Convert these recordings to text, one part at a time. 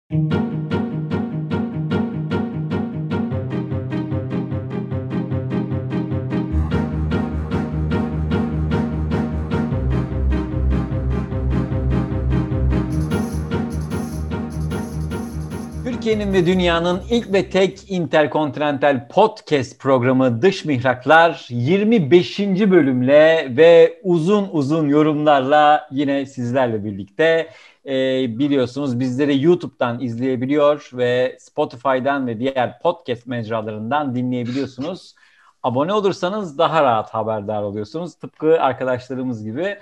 Türkiye'nin ve dünyanın ilk ve tek interkontinental podcast programı Dış Mihraklar 25. bölümle ve uzun uzun yorumlarla yine sizlerle birlikte. Biliyorsunuz bizleri YouTube'dan izleyebiliyor ve Spotify'dan ve diğer podcast mecralarından dinleyebiliyorsunuz. Abone olursanız daha rahat haberdar oluyorsunuz. Tıpkı arkadaşlarımız gibi.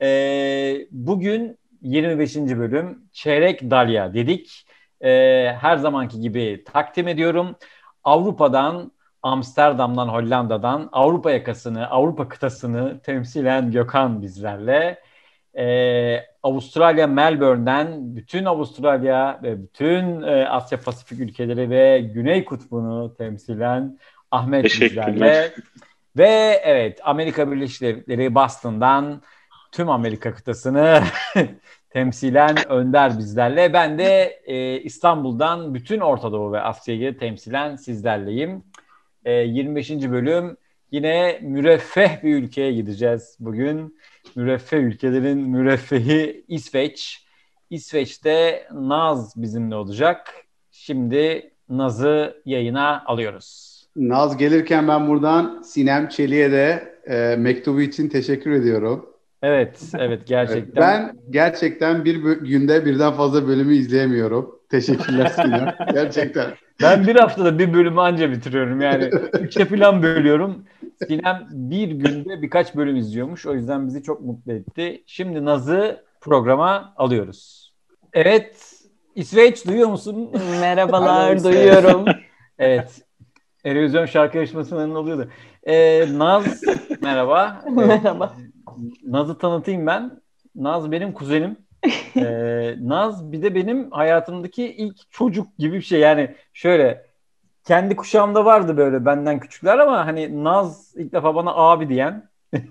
Bugün 25. bölüm Çeyrek Dalya dedik. Her zamanki gibi takdim ediyorum. Avrupa'dan, Amsterdam'dan, Hollanda'dan Avrupa yakasını, Avrupa kıtasını temsilen Gökhan bizlerle. Avustralya, Melbourne'den bütün Avustralya ve bütün Asya Pasifik ülkeleri ve Güney Kutbu'nu temsilen Ahmet bizlerle. Ve evet, Amerika Birleşik Devletleri Boston'dan tüm Amerika kıtasını temsilen Önder bizlerle. Ben de İstanbul'dan bütün Orta Doğu ve Asya'yı temsilen sizlerleyim. 25. bölüm yine müreffeh bir ülkeye gideceğiz bugün. Müreffeh ülkelerin müreffehi İsveç. İsveç'te Naz bizimle olacak. Şimdi Naz'ı yayına alıyoruz. Naz gelirken ben buradan Sinem Çelik'e de mektubu için teşekkür ediyorum. Evet gerçekten. Ben gerçekten bir günde birden fazla bölümü izleyemiyorum. Teşekkürler Sinem. Gerçekten. Ben bir haftada bir bölümü anca bitiriyorum. Yani 3'e falan bölüyorum. Sinem bir günde birkaç bölüm izliyormuş. O yüzden bizi çok mutlu etti. Şimdi Naz'ı programa alıyoruz. Evet. İsveç duyuyor musun? Merhabalar, duyuyorum. Evet. Erozyon şarkı yarışmasının oluyordu. Naz merhaba. Merhaba. Naz'ı tanıtayım ben. Naz benim kuzenim. Naz bir de benim hayatımdaki ilk çocuk gibi bir şey. Yani şöyle kendi kuşağımda vardı böyle benden küçükler ama hani Naz ilk defa bana abi diyen.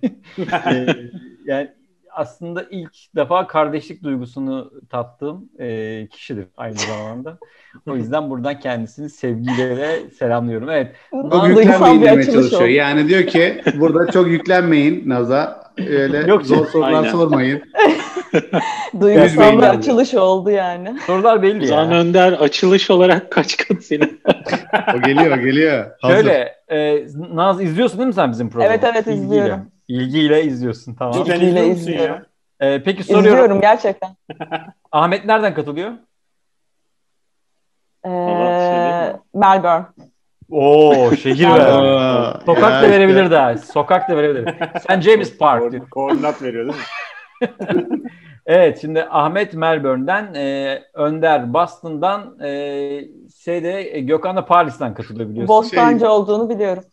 Yani aslında ilk defa kardeşlik duygusunu tattığım kişidir aynı zamanda. O yüzden buradan kendisini sevgiyle ve selamlıyorum. Evet. Çok yüklenmeyin demeye çalışıyor. Yani diyor ki burada çok yüklenmeyin Naz'a. Öyle yok, zor sorular sormayın. Duygusal bir açılış oldu yani. Sorular belli ya. Can Önder açılış olarak kaç kat senin? O geliyor. Şöyle Naz izliyorsun değil mi sen bizim programı? Evet izliyorum. İlgiyle izliyorsun, tamam. İlgiyle izliyorum. Peki soruyorum. İzliyorum gerçekten. Ahmet nereden katılıyor? Melbourne. Oo, şehir ver. Sokak da verebilir daha. Sokak da verebilir. Sen James Park. Koordinat veriyor değil mi? Evet, şimdi Ahmet Melbourne'den, Önder Boston'dan, Gökhan da Paris'ten katılıyor biliyorsun. Bostancı olduğunu biliyorum.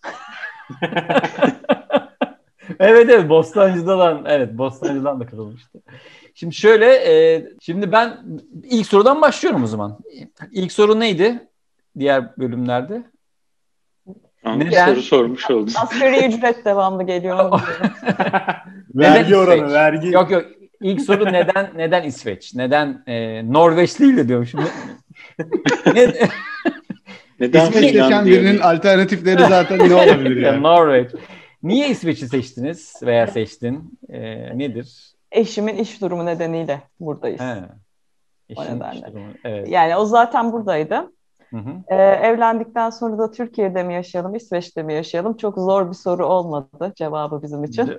Evet Bostancı'dan da katılmıştı. Şimdi şöyle, şimdi ben ilk sorudan başlıyorum o zaman. İlk soru neydi diğer bölümlerde? Hangi soru sormuş oldun? Asgari ücret devamlı geliyor. Vergi oranı, vergi. Yok. İlk soru neden İsveç? Neden Norveç değil de diyorum şimdi. Neden İsveç yaşayan birinin alternatifleri zaten ne olabilir yani? Norveç. Niye İsveç'i seçtiniz veya seçtin? Nedir? Eşimin iş durumu nedeniyle buradayız. O nedenle. Evet. Yani o zaten buradaydı. Evlendikten sonra da Türkiye'de mi yaşayalım, İsveç'te mi yaşayalım? Çok zor bir soru olmadı cevabı bizim için.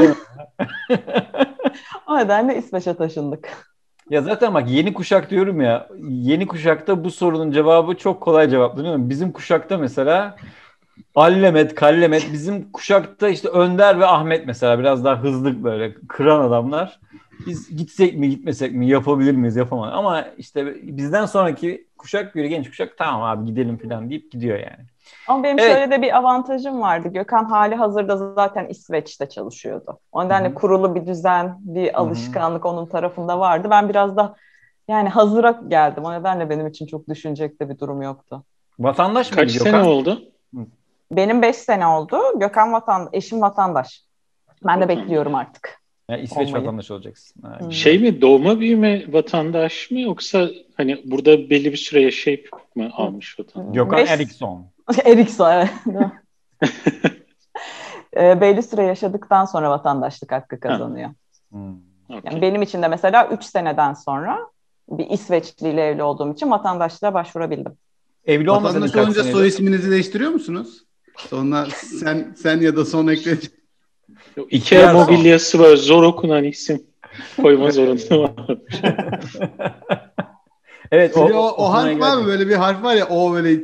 O nedenle İsveç'e taşındık. Ya zaten bak, yeni kuşak diyorum ya, yeni kuşakta bu sorunun cevabı çok kolay cevaplanıyor. Bizim kuşakta mesela Allemet, Kallemet, bizim kuşakta işte Önder ve Ahmet mesela biraz daha hızlı böyle kıran adamlar. Biz gitsek mi gitmesek mi, yapabilir miyiz, yapamayız. Ama işte bizden sonraki kuşak, böyle genç kuşak, tamam abi gidelim falan deyip gidiyor yani. Ama benim şöyle de bir avantajım vardı. Gökhan hali hazırda zaten İsveç'te çalışıyordu. O nedenle kurulu bir düzen, bir alışkanlık onun tarafında vardı. Ben biraz da yani hazıra geldim. O nedenle benim için çok düşünecek de bir durum yoktu. Vatandaş mıydı Gökhan? Kaç sene oldu? Benim 5 sene oldu. Gökhan eşim vatandaş. Ben de bekliyorum artık. Yani İsveç vatandaşı olacaksın. Şey mi, doğma büyüme vatandaş mı, yoksa hani burada belli bir süre yaşayıp mı almış vatandaş? Gökhan Eriksson. Eriksson, evet. Belli süre yaşadıktan sonra vatandaşlık hakkı kazanıyor. Okay. Yani benim için de mesela 3 seneden sonra bir İsveçli ile evli olduğum için vatandaşlığa başvurabildim. Evli olmasaydın kaç olunca soy isminizi değiştiriyor musunuz? Sonra sen ya da son ekleyecek. IKEA mobilyası var. Zor okunan isim koyma zorunlu var. Evet. O harf var mı? Böyle bir harf var ya. O böyle.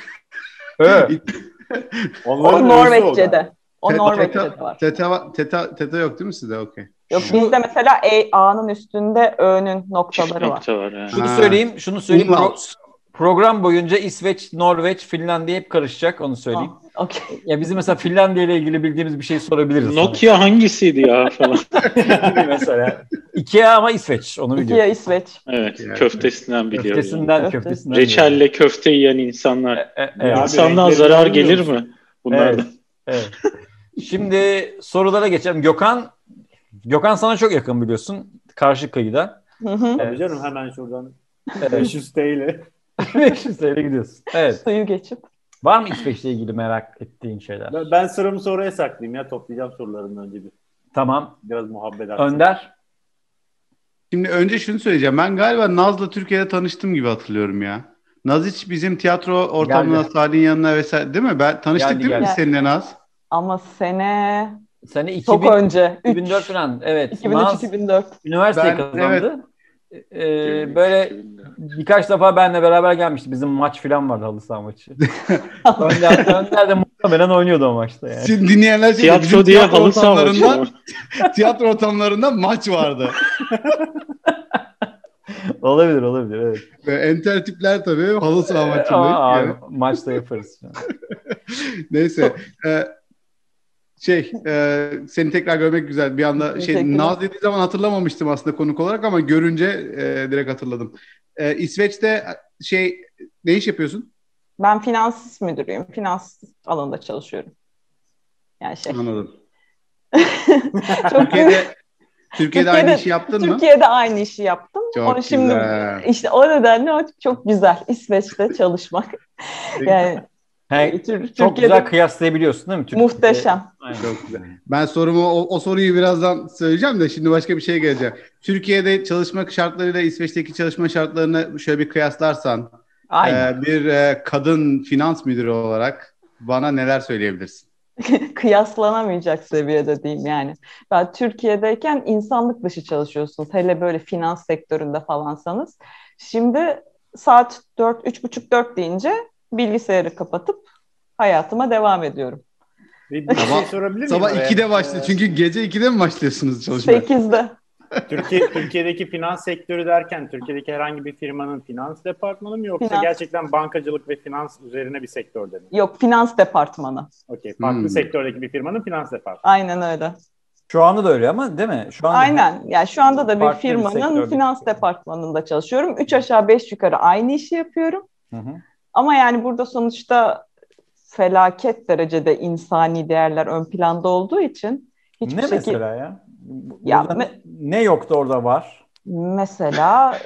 O Norveççe'de. O Norveççe'de var. Teta yok değil mi sizde? Okey. Yok, bizde mesela A'nın üstünde Ö'nün noktaları var. Yani. Şunu söyleyeyim. Program boyunca İsveç, Norveç, Finlandiya hep karışacak, onu söyleyeyim. Okay. Ya bizim mesela Finlandiya ile ilgili bildiğimiz bir şey sorabiliriz. Nokia sana hangisiydi ya falan. Mesela. IKEA ama İsveç, onu biliyorum. IKEA İsveç. Evet, köftesinden biliyorum. Köftesinden. Reçelle köfte yiyen insanlar. İnsanlığa zarar gelir mi bunlardan? Evet. Şimdi sorulara geçelim. Gökhan sana çok yakın biliyorsun. Karşı kıyıda. Tabii canım, hemen şuradan 500 TL. 500 TL gidiyorsun. Evet. Suyu geçip. Var mı İsveç'le ilgili merak ettiğin şeyler? Ben sorumu sonraya saklayayım ya. Toplayacağım sorularımdan önce bir. Tamam. Biraz muhabbet açsın. Önder? Şimdi önce şunu söyleyeceğim. Ben galiba Naz'la Türkiye'de tanıştım gibi hatırlıyorum ya. Naz hiç bizim tiyatro ortamına, Salih'in yanına vesaire değil mi? Ben tanıştık değil mi biz seninle Naz? Ama sene 2000, çok önce. 2004 falan. Evet. 2003-2004. Üniversiteyi kazandı. Evet. Böyle birkaç defa benimle beraber gelmişti. Bizim maç falan vardı, halı saha maçı. Önder de muhtemelen oynuyordu o maçta yani. Şimdi dinleyenler tiyatro diye halı saha maçı. Tiyatro ortamlarında maç vardı. Olabilir evet. Enter tipler tabii halı saha maçındayız. Yani. Maçta yaparız. Neyse. Seni tekrar görmek güzel. Bir anda Naz dediği zaman hatırlamamıştım aslında konuk olarak, ama görünce direkt hatırladım. İsveç'te ne iş yapıyorsun? Ben finans müdürüyüm. Finans alanında çalışıyorum. Yani Anladım. Türkiye'de aynı işi yaptın mı? Türkiye'de aynı işi yaptım. Çok güzel. Şimdi işte o nedenle çok güzel İsveç'te çalışmak. Yani çok güzel kıyaslayabiliyorsun değil mi? Muhteşem. Çok güzel. Ben o soruyu birazdan söyleyeceğim de şimdi başka bir şey geleceğim. Türkiye'de çalışma şartlarıyla İsveç'teki çalışma şartlarını şöyle bir kıyaslarsan, bir kadın finans müdürü olarak bana neler söyleyebilirsin? Kıyaslanamayacak seviyede diyeyim yani. Ben Türkiye'deyken insanlık dışı çalışıyorsunuz. Hele böyle finans sektöründe falansanız. Şimdi saat 3:30-4 deyince bilgisayarı kapatıp hayatıma devam ediyorum. Bir şey sorabilir miyim? Sabah 2'de başlıyor. Çünkü gece 2'de mi başlıyorsunuz çalışmaya? 8'de. Türkiye'deki finans sektörü derken Türkiye'deki herhangi bir firmanın finans departmanı mı, yoksa gerçekten bankacılık ve finans üzerine bir sektörde mi? Yok, finans departmanı. Okey. Farklı sektördeki bir firmanın finans departmanı. Aynen öyle. Şu anda da öyle ama değil mi? Aynen. Yani şu anda da bir firmanın finans departmanında çalışıyorum. 3 aşağı 5 yukarı aynı işi yapıyorum. Ama yani burada sonuçta felaket derecede insani değerler ön planda olduğu için hiçbir şekilde... Mesela ya? Ne yoktu orada var? Mesela...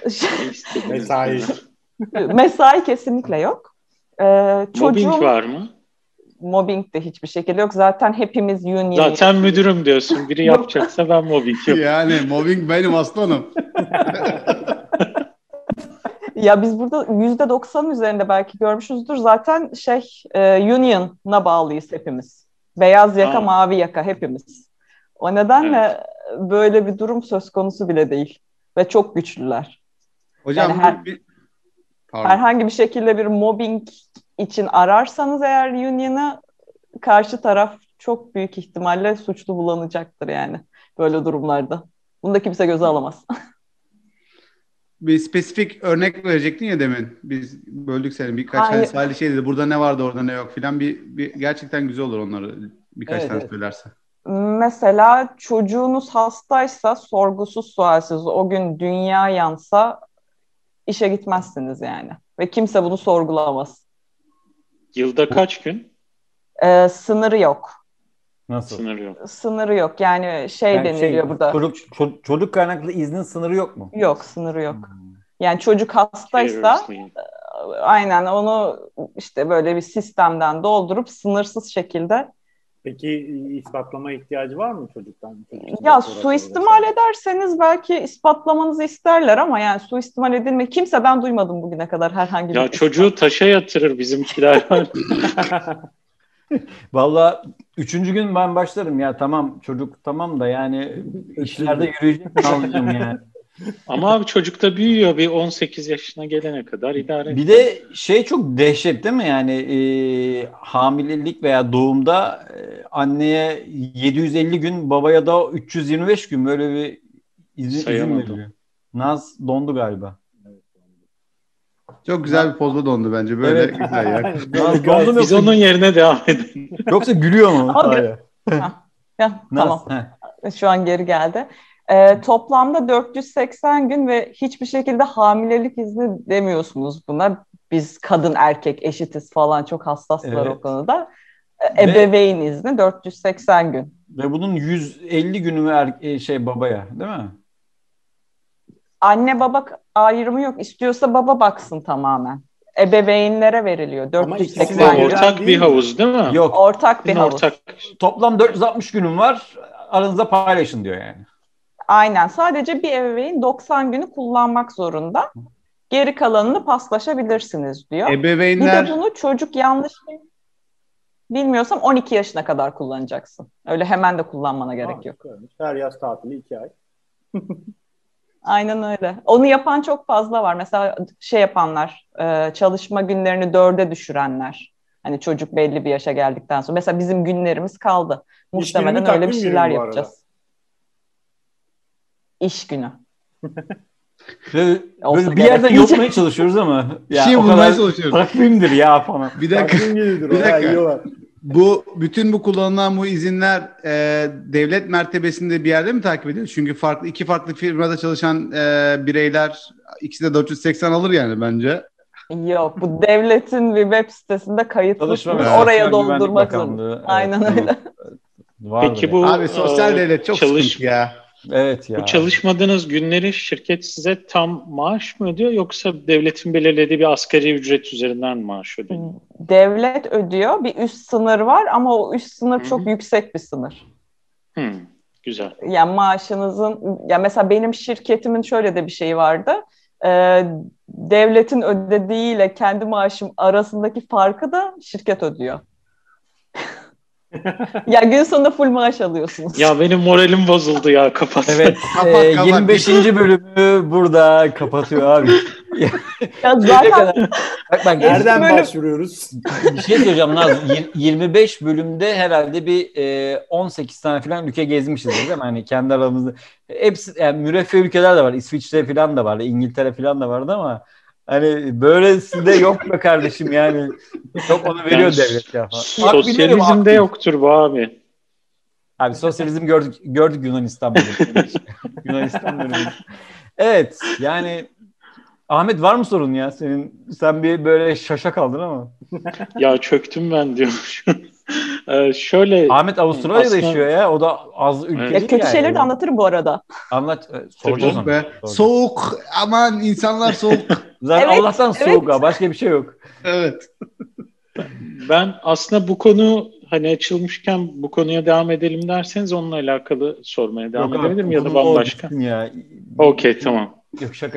Mesai. Mesai kesinlikle yok. Mobbing var mı? Mobbing de hiçbir şekilde yok. Zaten hepimiz union. Zaten müdürüm diyorsun. Biri yapacaksa ben mobbing yapayım. Yani mobbing benim aslanım. Ya biz burada %90'ın üzerinde belki görmüşüzdür. Zaten union'a bağlıyız hepimiz. Beyaz yaka, mavi yaka hepimiz. O nedenle böyle bir durum söz konusu bile değil. Ve çok güçlüler. Hocam yani herhangi bir şekilde bir mobbing için ararsanız eğer union'ı, karşı taraf çok büyük ihtimalle suçlu bulanacaktır yani böyle durumlarda. Bunu da kimse göze alamaz. Bir spesifik örnek verecektin ya demin. Biz böldük seni. Birkaç tane Salih şey dedi. Burada ne vardı, orada ne yok filan. Bir gerçekten güzel olur onları birkaç tane söylersen. Mesela çocuğunuz hastaysa sorgusuz sualsiz o gün dünya yansa işe gitmezsiniz yani. Ve kimse bunu sorgulamaz. Yılda kaç gün? Sınırı yok. Nasıl? Sınırı yok. Sınırı yok. Yani deniliyor burada. Çocuk kaynaklı iznin sınırı yok mu? Yok, sınırı yok. Yani çocuk hastaysa aynen onu işte böyle bir sistemden doldurup sınırsız şekilde. Peki ispatlama ihtiyacı var mı çocuktan? Ya suistimal ederseniz belki ispatlamanızı isterler ama yani suistimal edilme kimseden duymadım bugüne kadar herhangi bir. Ya çocuğu taşa yatırır bizimkiler. Vallahi 3. gün ben başlarım ya, tamam çocuk tamam da yani işlerde yürüyecek aldım yani. Ama abi çocuk da büyüyor, bir 18 yaşına gelene kadar idare ediyor. Bir de çok dehşet değil mi yani hamilelik veya doğumda anneye 750 gün, babaya da 325 gün böyle bir izin veriliyor. Naz dondu galiba. Çok güzel bir pozda dondu bence. Böyle evet. güzel ya. Naz dondu mu? Biz onun yerine devam edelim. Yoksa gülüyor mu? Tamam. Şu an geri geldi. Toplamda 480 gün ve hiçbir şekilde hamilelik izni demiyorsunuz buna. Biz kadın erkek eşitiz falan, çok hassaslar o konuda. Ebeveyn izni 480 gün. Ve bunun 150 günü babaya değil mi? Anne baba ayrımı yok. İstiyorsa baba baksın tamamen. Ebeveynlere veriliyor. 480 gün. Ortak bir havuz değil mi? Yok. Ortak bir havuz. Toplam 460 günüm var. Aranızda paylaşın diyor yani. Aynen. Sadece bir ebeveyn 90 günü kullanmak zorunda. Geri kalanını paslaşabilirsiniz diyor. Ebeveynler... Bir de bunu çocuk yanlış bilmiyorsam 12 yaşına kadar kullanacaksın. Öyle hemen de kullanmana gerek yok. Her yaz tatili 2 ay. Aynen öyle. Onu yapan çok fazla var. Mesela yapanlar, çalışma günlerini 4'e düşürenler. Hani çocuk belli bir yaşa geldikten sonra. Mesela bizim günlerimiz kaldı. Muhtemelen öyle bir şeyler yapacağız. İş günü. Böyle bir yerden yokmaya çalışıyoruz ama ya o kadar çalışıyoruz. Takvimdir ya falan. Bir dakika. Bütün bu kullanılan bu izinler devlet mertebesinde bir yerde mi takip ediyor? Çünkü iki farklı firmada çalışan bireyler ikisi de 480 alır yani bence. Yok, bu devletin bir web sitesinde kayıtlısınız. Oraya doldurmak zorunda. Aynen öyle. Peki bu abi sosyal devlet çok sıkıntı ya. Evet ya. Bu çalışmadığınız günleri şirket size tam maaş mı ödüyor, yoksa devletin belirlediği bir asgari ücret üzerinden maaş ödüyor? Devlet ödüyor. Bir üst sınır var ama o üst sınır çok yüksek bir sınır. Güzel. Yani maaşınızın, mesela benim şirketimin şöyle de bir şeyi vardı. Devletin ödediğiyle kendi maaşım arasındaki farkı da şirket ödüyor. Ya gün sonunda full maaş alıyorsunuz. Ya benim moralim bozuldu ya, kapat. Evet. Kapat. 25. bölümü burada kapatıyor abi. Ya zaten bak nereden başvuruyoruz? Bir şey söyleyeceğim Naz. 25 bölümde herhalde bir 18 tane falan ülke gezmişiz değil mi? Hani kendi aramızda. Hepsi yani müreffeh ülkeler de var. İsviçre falan da var. İngiltere falan da vardı ama hani böylesi de yok be kardeşim yani. Çok onu veriyor yani, devlet ya falan. Sosyalizmde yoktur bu abi. Abi sosyalizm gördük Yunanistan bölümünde. Yunanistan bölümünde. Evet yani Ahmet var mı sorun ya senin? Sen bir böyle şaşa kaldın ama. Ya çöktüm ben diyormuşum. Şöyle. Ahmet Avustralya'da yaşıyor ya. O da az ülke değil kötü yani. şeyleri de anlatırım bu arada. Anlat. Soracağız onu. Soğuk. Aman insanlar soğuk. Zaten evet, Allah'tan soğuk ha. Başka bir şey yok. Evet. Ben aslında bu konu hani açılmışken bu konuya devam edelim derseniz onunla alakalı sormaya devam edebilirim ya da bambaşka. Okey, tamam. Yok şaka.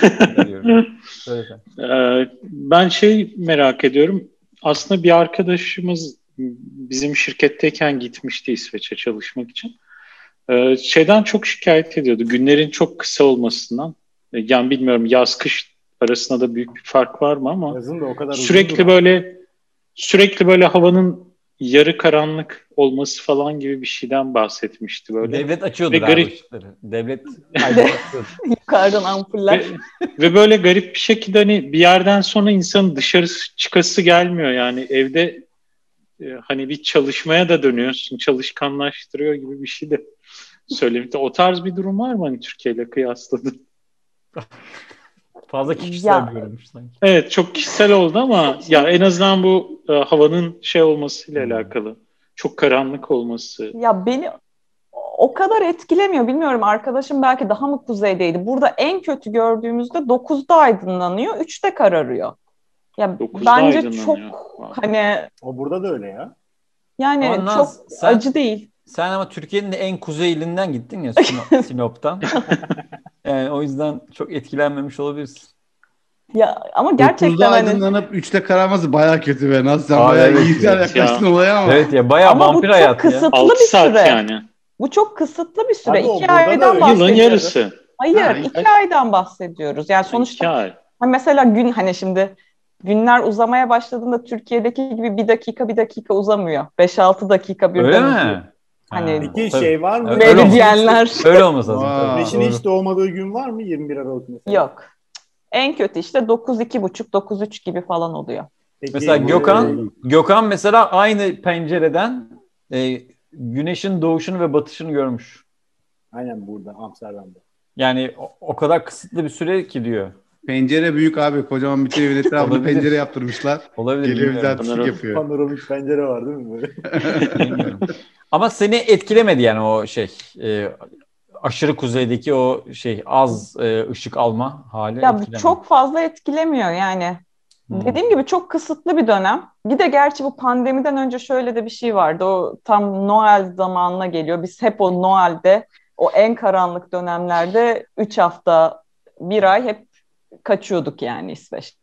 Ben merak ediyorum. Aslında bir arkadaşımız bizim şirketteyken gitmişti İsveç'e çalışmak için. Şeyden çok şikayet ediyordu. Günlerin çok kısa olmasından. Yani bilmiyorum yaz kış arasında da büyük bir fark var mı ama yazın da o kadar sürekli böyle havanın yarı karanlık olması falan gibi bir şeyden bahsetmişti böyle. Devlet açıyordur abi ışıkları. Devlet yukarıdan ampuller. Ve böyle garip bir şekilde hani bir yerden sonra insanın dışarı çıkası gelmiyor yani evde hani bir çalışmaya da dönüyorsun, çalışkanlaştırıyor gibi bir şey de söylemişti. O tarz bir durum var mı hani Türkiye ile kıyasladın? Fazla kişisel bir yorummuş sanki. Evet çok kişisel oldu ama ya en azından bu havanın olmasıyla alakalı. çok karanlık olması. Ya beni o kadar etkilemiyor. Bilmiyorum, arkadaşım belki daha mı kuzeydeydi. Burada en kötü gördüğümüzde 9'da aydınlanıyor, 3'te kararıyor. Ya 9'da bence aydınlanıyor. çok Wow. hani O burada da öyle ya. yani Ama çok Naz, acı değil. Sen ama Türkiye'nin de en kuzeyliğinden gittin ya, Sinop'tan. Yani o yüzden çok etkilenmemiş olabilirsin. Ya ama 9'da gerçekten hani aydınlanıp 3'te kararması bayağı kötü be. Nasıl sen Aa, bayağı evet, iyimser evet yaklaştın ya. olaya ama. Evet ya, bayağı ama bu vampir çok hayatı ya. kısıtlı 6 bir saat süre. yani. Bu çok kısıtlı bir süre. Abi o 2 burada da aydan öyle. Yılın bahsediyoruz. yarısı. Hayır, Ha, 2 aydan bahsediyoruz. Yani 2 sonuçta ay. mesela gün, hani şimdi günler uzamaya başladığında Türkiye'deki gibi bir dakika uzamıyor. 5-6 dakika Öyle birden uzuyor. mi? Hani Peki tabii. şey var mı? Evet, Böyle öyle olmaz. diyenler Öyle olması lazım. Aa, Tabii. Güneşin Doğru. hiç doğmadığı gün var mı 21 Aralık mesela? yok. En kötü işte 9-2.30, 9-3 gibi falan oluyor. Peki, Mesela Gökhan mesela aynı pencereden güneşin doğuşunu ve batışını görmüş. Aynen burada Amsterdam'da. Yani o kadar kısıtlı bir süre ki diyor. Pencere büyük abi. Kocaman bütün evin etrafına Olabilir. pencere yaptırmışlar. Olabilir, Geliyor bilmiyorum. güzel pislik yapıyor. Panoramik pencere var değil mi böyle? Bilmiyorum. Ama seni etkilemedi yani o şey, aşırı kuzeydeki o şey, az ışık alma hali Ya etkilemedi. çok fazla etkilemiyor yani. Dediğim gibi çok kısıtlı bir dönem. Bir de gerçi bu pandemiden önce şöyle de bir şey vardı. O tam Noel zamanına geliyor. Biz hep o Noel'de, o en karanlık dönemlerde 3 hafta, 1 ay hep kaçıyorduk yani İsveç.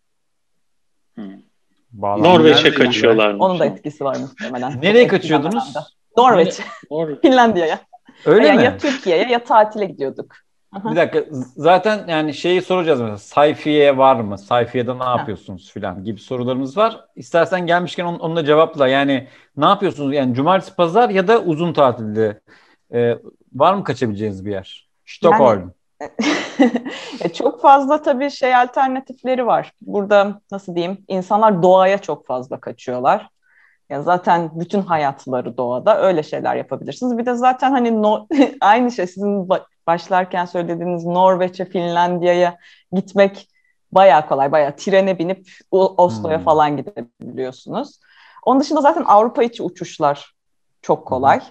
Norveç'e Neredeydi kaçıyorlarmış. Onun da etkisi var muhtemelen. Nereye Etkilenmeden de. kaçıyordunuz? Norveç, Finlandiya'ya. Öyle Yani mi? ya Türkiye'ye ya tatile gidiyorduk. Bir dakika, zaten yani şeyi soracağız mesela, sayfiye var mı? Sayfiyede ne yapıyorsunuz filan gibi sorularımız var. İstersen gelmişken onunla cevapla. Yani ne yapıyorsunuz? Yani cumartesi, pazar ya da uzun tatilde var mı kaçabileceğiniz bir yer? Stockholm. Çok fazla tabii şey alternatifleri var. Burada nasıl diyeyim? İnsanlar doğaya çok fazla kaçıyorlar. Ya zaten bütün hayatları doğada, öyle şeyler yapabilirsiniz. Bir de zaten hani aynı şey sizin başlarken söylediğiniz Norveç'e, Finlandiya'ya gitmek bayağı kolay. Bayağı trene binip Oslo'ya falan gidebiliyorsunuz. Onun dışında zaten Avrupa içi uçuşlar çok kolay.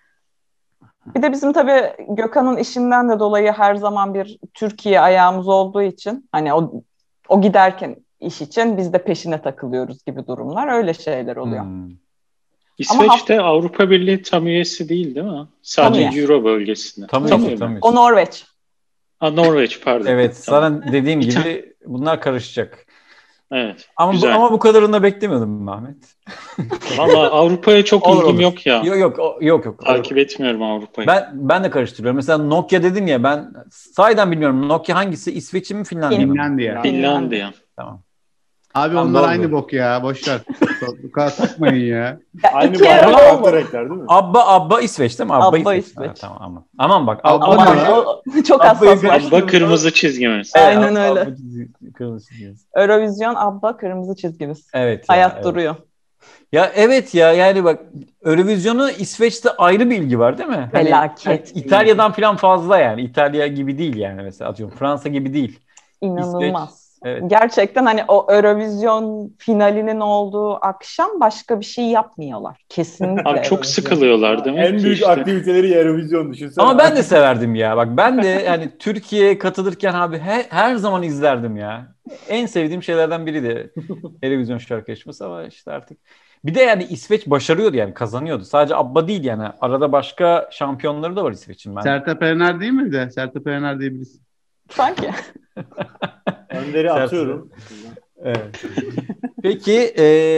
Bir de bizim tabii Gökhan'ın işinden de dolayı her zaman bir Türkiye ayağımız olduğu için hani o giderken iş için biz de peşine takılıyoruz gibi durumlar, öyle şeyler oluyor. İsveç'te Avrupa Birliği tam üyesi değil mi? Sadece Euro bölgesinde. Tabii. O Norveç. Norveç pardon. Evet, sana dediğim gibi bunlar karışacak. Evet. Ama bu kadarını da beklemiyordum Ahmet. Valla Avrupa'ya çok ilgim yok ya. Yok. Takip etmiyorum Avrupa'yı. Ben de karıştırıyorum. Mesela Nokia dedin ya, ben sahiden bilmiyorum. Nokia hangisi? İsveç'in mi, Finlandiya mı? Finlandiya. Tamam. Abi onlar doğru. Aynı bok ya. Boş ver. Bu kadar takmayın ya. Aynı farklı renkler değil mi? Abba İsveç değil mi? Abba İsveç. Ha, tamam. Aman bak. Çok hassaslaştım. Abba kırmızı çizgimiz. Aynen öyle. Abba kırmızı çizgimiz. Eurovision, Abba kırmızı çizgimiz. Evet. Hayat duruyor. Ya evet ya, yani bak, Eurovision'u İsveç'te ayrı bir ilgi var değil mi? Felaket. Hani İtalya'dan falan fazla yani. İtalya gibi değil yani, mesela atıyorum. Fransa gibi değil. İnanılmaz. İsveç, evet. Gerçekten hani o Eurovision finalinin olduğu akşam başka bir şey yapmıyorlar. Kesinlikle. Abi çok sıkılıyorlar değil mi? En büyük aktiviteleri Eurovision düşünsene. Ama ben de severdim ya. Bak ben de yani Türkiye'ye katılırken abi her zaman izlerdim ya. En sevdiğim şeylerden biri de Eurovision şarkı yarışması, ama işte artık. Bir de yani İsveç başarıyordu, yani kazanıyordu. Sadece Abba değil yani. Arada başka şampiyonları da var İsveç'in. Sertab Erener değil mi de? Sertab Erener diye birisi. Sanki. Önleri atıyorum. Evet. Peki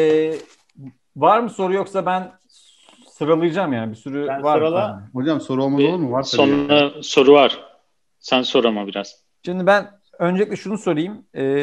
var mı soru, yoksa ben sıralayacağım yani, bir sürü ben var. Sırala. Hocam soru olmaz olur mu? Var tabii. Sonra soru var. Sen sor ama biraz. Şimdi ben öncelikle şunu sorayım.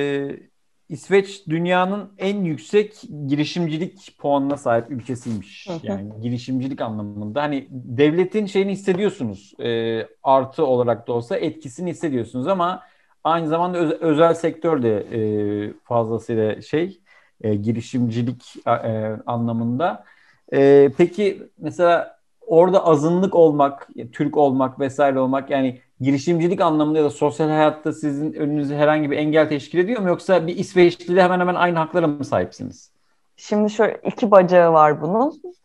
İsveç dünyanın en yüksek girişimcilik puanına sahip ülkesiymiş. Yani girişimcilik anlamında. Hani devletin şeyini hissediyorsunuz. Artı olarak da olsa etkisini hissediyorsunuz, ama aynı zamanda özel sektör de fazlasıyla girişimcilik anlamında. Peki mesela orada azınlık olmak, Türk olmak vesaire olmak, yani girişimcilik anlamında ya da sosyal hayatta sizin önünüze herhangi bir engel teşkil ediyor mu? Yoksa bir İsveçli'yle hemen hemen aynı haklara mı sahipsiniz? Şimdi şöyle 2 bacağı var bunun.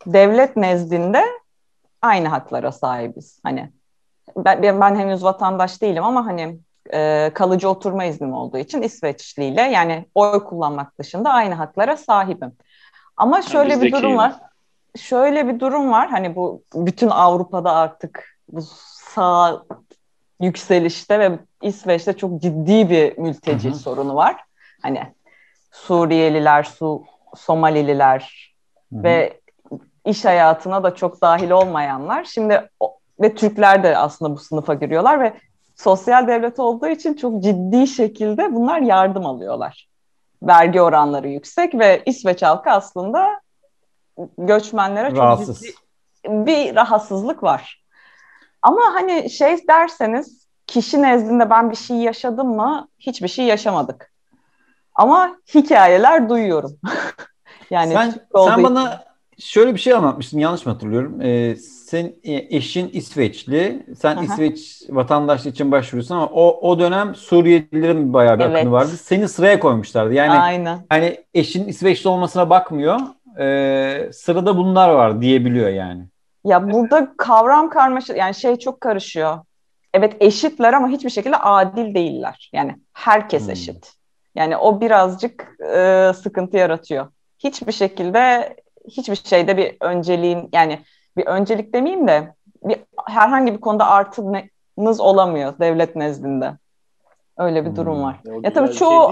devlet nezdinde aynı haklara sahibiz. Hani ben henüz vatandaş değilim ama hani kalıcı oturma iznim olduğu için İsveçliyle yani oy kullanmak dışında aynı haklara sahibim. Ama şöyle bir durum var. Şöyle bir durum var. Hani bu bütün Avrupa'da artık bu sağ yükselişte ve İsveç'te çok ciddi bir mülteci sorunu var. Hani Suriyeliler, Somalililer ve iş hayatına da çok dahil olmayanlar. Şimdi ve Türkler de aslında bu sınıfa giriyorlar ve sosyal devlet olduğu için çok ciddi şekilde bunlar yardım alıyorlar. Vergi oranları yüksek ve İsveç halkı aslında göçmenlere çok ciddi bir rahatsızlık var. Ama hani şey derseniz kişi nezdinde ben bir şey yaşadım mı? Hiçbir şey yaşamadık. Ama hikayeler duyuyorum. Yani sen bana şöyle bir şey anlatmıştın, yanlış mı hatırlıyorum? Sen eşin İsveçli, sen İsveç vatandaşlığı için başvuruyorsun ama o dönem Suriyelilerin bayağı bir akını vardı. Seni sıraya koymuşlardı. Yani aynen. Hani eşin İsveçli olmasına bakmıyor, sırada bunlar var diyebiliyor yani. Ya burada kavram karmaşık, yani şey çok karışıyor. Evet eşitler ama hiçbir şekilde adil değiller. Yani herkes eşit. Yani o birazcık sıkıntı yaratıyor. Hiçbir şekilde hiçbir şeyde bir önceliğin, yani bir öncelik demeyeyim de herhangi bir konuda artınız olamıyor devlet nezdinde. Öyle bir durum var. Ya tabii çoğu